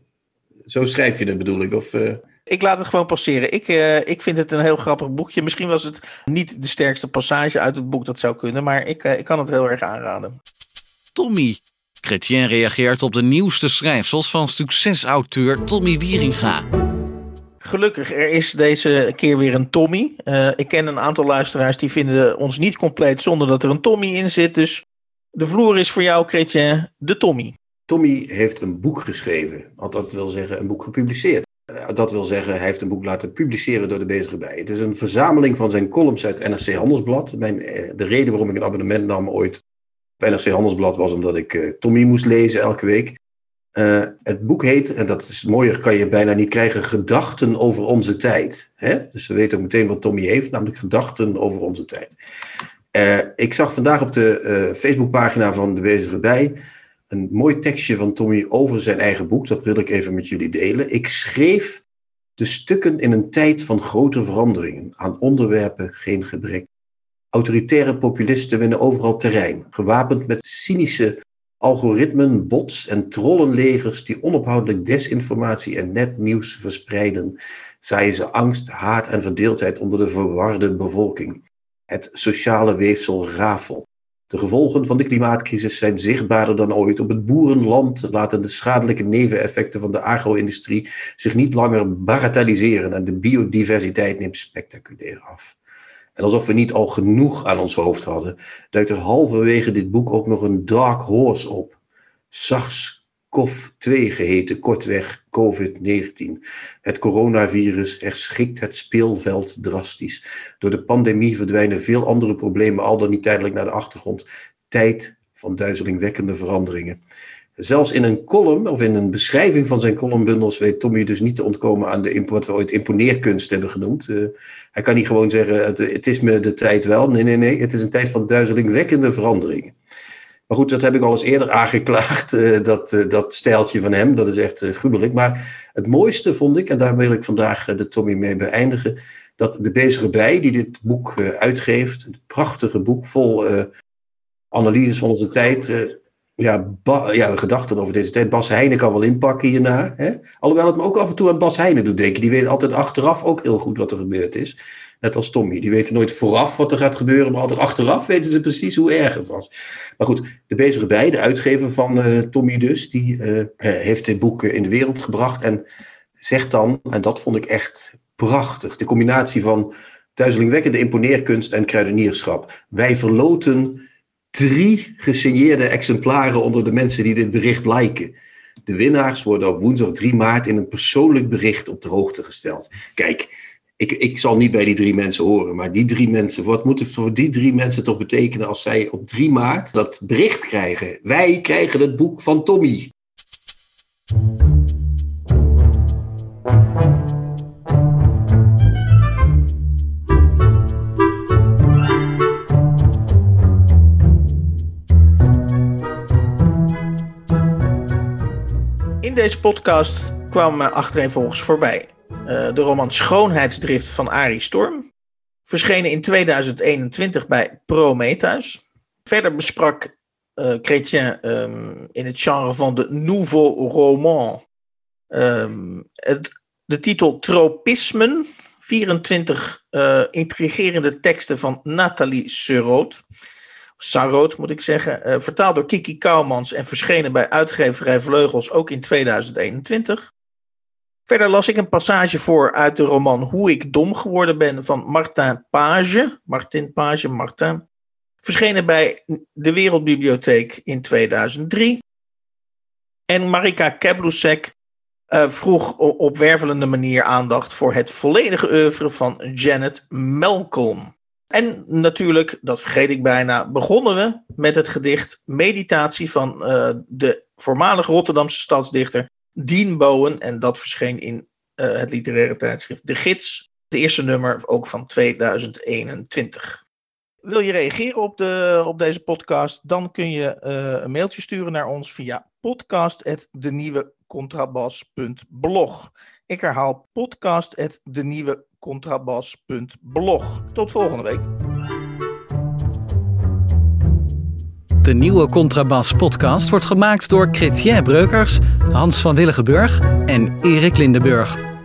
Speaker 3: zo schrijf je het, bedoel ik, of... Uh...
Speaker 2: Ik laat het gewoon passeren. Ik, uh, ik vind het een heel grappig boekje. Misschien was het niet de sterkste passage uit het boek, dat zou kunnen. Maar ik, uh, ik kan het heel erg aanraden.
Speaker 1: Tommy. Chrétien reageert op de nieuwste schrijfsels van succesauteur Tommy Wieringa.
Speaker 2: Gelukkig, er is deze keer weer een Tommy. Uh, ik ken een aantal luisteraars die vinden ons niet compleet zonder dat er een Tommy in zit. Dus de vloer is voor jou, Chrétien, de Tommy.
Speaker 3: Tommy heeft een boek geschreven. Dat wil zeggen een boek gepubliceerd. Dat wil zeggen, hij heeft een boek laten publiceren door de Bezige Bij. Het is een verzameling van zijn columns uit N R C Handelsblad. Mijn, de reden waarom ik een abonnement nam ooit op N R C Handelsblad was omdat ik uh, Tommy moest lezen elke week. Uh, het boek heet, en dat is mooier, kan je bijna niet krijgen, Gedachten over onze tijd. Hè? Dus we weten ook meteen wat Tommy heeft, namelijk Gedachten over onze tijd. Uh, ik zag vandaag op de uh, Facebookpagina van de Bezige Bij een mooi tekstje van Tommy over zijn eigen boek. Dat wil ik even met jullie delen. Ik schreef de stukken in een tijd van grote veranderingen. Aan onderwerpen geen gebrek. Autoritaire populisten winnen overal terrein. Gewapend met cynische algoritmen, bots en trollenlegers die onophoudelijk desinformatie en nepnieuws verspreiden, zaaien ze angst, haat en verdeeldheid onder de verwarde bevolking. Het sociale weefsel rafelt. De gevolgen van de klimaatcrisis zijn zichtbaarder dan ooit. Op het boerenland laten de schadelijke neveneffecten van de agro-industrie zich niet langer bagatelliseren en de biodiversiteit neemt spectaculair af. En alsof we niet al genoeg aan ons hoofd hadden, duikt er halverwege dit boek ook nog een dark horse op. SARS-CoV twee geheten, kortweg covid negentien. Het coronavirus herschikt het speelveld drastisch. Door de pandemie verdwijnen veel andere problemen al dan niet tijdelijk naar de achtergrond. Tijd van duizelingwekkende veranderingen. Zelfs in een column of in een beschrijving van zijn columnbundels weet Tommy dus niet te ontkomen aan de, wat we ooit imponeerkunst hebben genoemd. Uh, hij kan niet gewoon zeggen, het, het is me de tijd wel. Nee, nee, nee, het is een tijd van duizelingwekkende veranderingen. Maar goed, dat heb ik al eens eerder aangeklaagd, uh, dat, uh, dat stijltje van hem. Dat is echt uh, gruwelijk. Maar het mooiste vond ik, en daar wil ik vandaag uh, de Tommy mee beëindigen, dat de bezige bij die dit boek uh, uitgeeft, het prachtige boek vol uh, analyses van onze tijd, uh, ja, ba- ja, de gedachten over deze tijd. Bas Heijnen kan wel inpakken hierna. Hè? Alhoewel het me ook af en toe aan Bas Heijnen doet denken. Die weet altijd achteraf ook heel goed wat er gebeurd is. Net als Tommy. Die weten nooit vooraf wat er gaat gebeuren, maar altijd achteraf weten ze precies hoe erg het was. Maar goed, de bezige bij, de uitgever van uh, Tommy dus, die uh, heeft dit boek in de wereld gebracht en zegt dan, en dat vond ik echt prachtig, de combinatie van duizelingwekkende imponeerkunst en kruidenierschap. Wij verloten drie gesigneerde exemplaren onder de mensen die dit bericht liken. De winnaars worden op woensdag drie maart in een persoonlijk bericht op de hoogte gesteld. Kijk, ik, ik zal niet bij die drie mensen horen, maar die drie mensen, wat moet het voor die drie mensen toch betekenen als zij op drie maart dat bericht krijgen? Wij krijgen het boek van Tommy.
Speaker 2: In deze podcast kwam me achtereenvolgens voorbij uh, de roman Schoonheidsdrift van Arie Storm. Verschenen in tweeduizend eenentwintig bij Prometheus. Verder besprak uh, Chrétien um, in het genre van de nouveau roman um, het, de titel Tropismen. vierentwintig uh, intrigerende teksten van Nathalie Sarraute. Sarraute moet ik zeggen, uh, vertaald door Kiki Kouwmans en verschenen bij uitgeverij Vleugels ook in tweeduizend eenentwintig. Verder las ik een passage voor uit de roman Hoe ik dom geworden ben van Martin Page. Martin Page, Martin. Verschenen bij de Wereldbibliotheek in tweeduizend drie. En Marika Keblusek uh, vroeg op wervelende manier aandacht voor het volledige oeuvre van Janet Malcolm. En natuurlijk, dat vergeet ik bijna, begonnen we met het gedicht Meditatie van uh, de voormalig Rotterdamse stadsdichter Dien Bowen. En dat verscheen in uh, het literaire tijdschrift De Gids. Het eerste nummer ook van tweeduizend eenentwintig. Wil je reageren op, de, op deze podcast? Dan kun je uh, een mailtje sturen naar ons via podcast at de nieuwe contrabas punt blog. Ik herhaal podcast at de nieuwe contrabas punt blog. Tot volgende week.
Speaker 1: De Nieuwe Contrabas podcast wordt gemaakt door Chrétien Breukers, Hans van Willigenburg en Erik Lindenburg.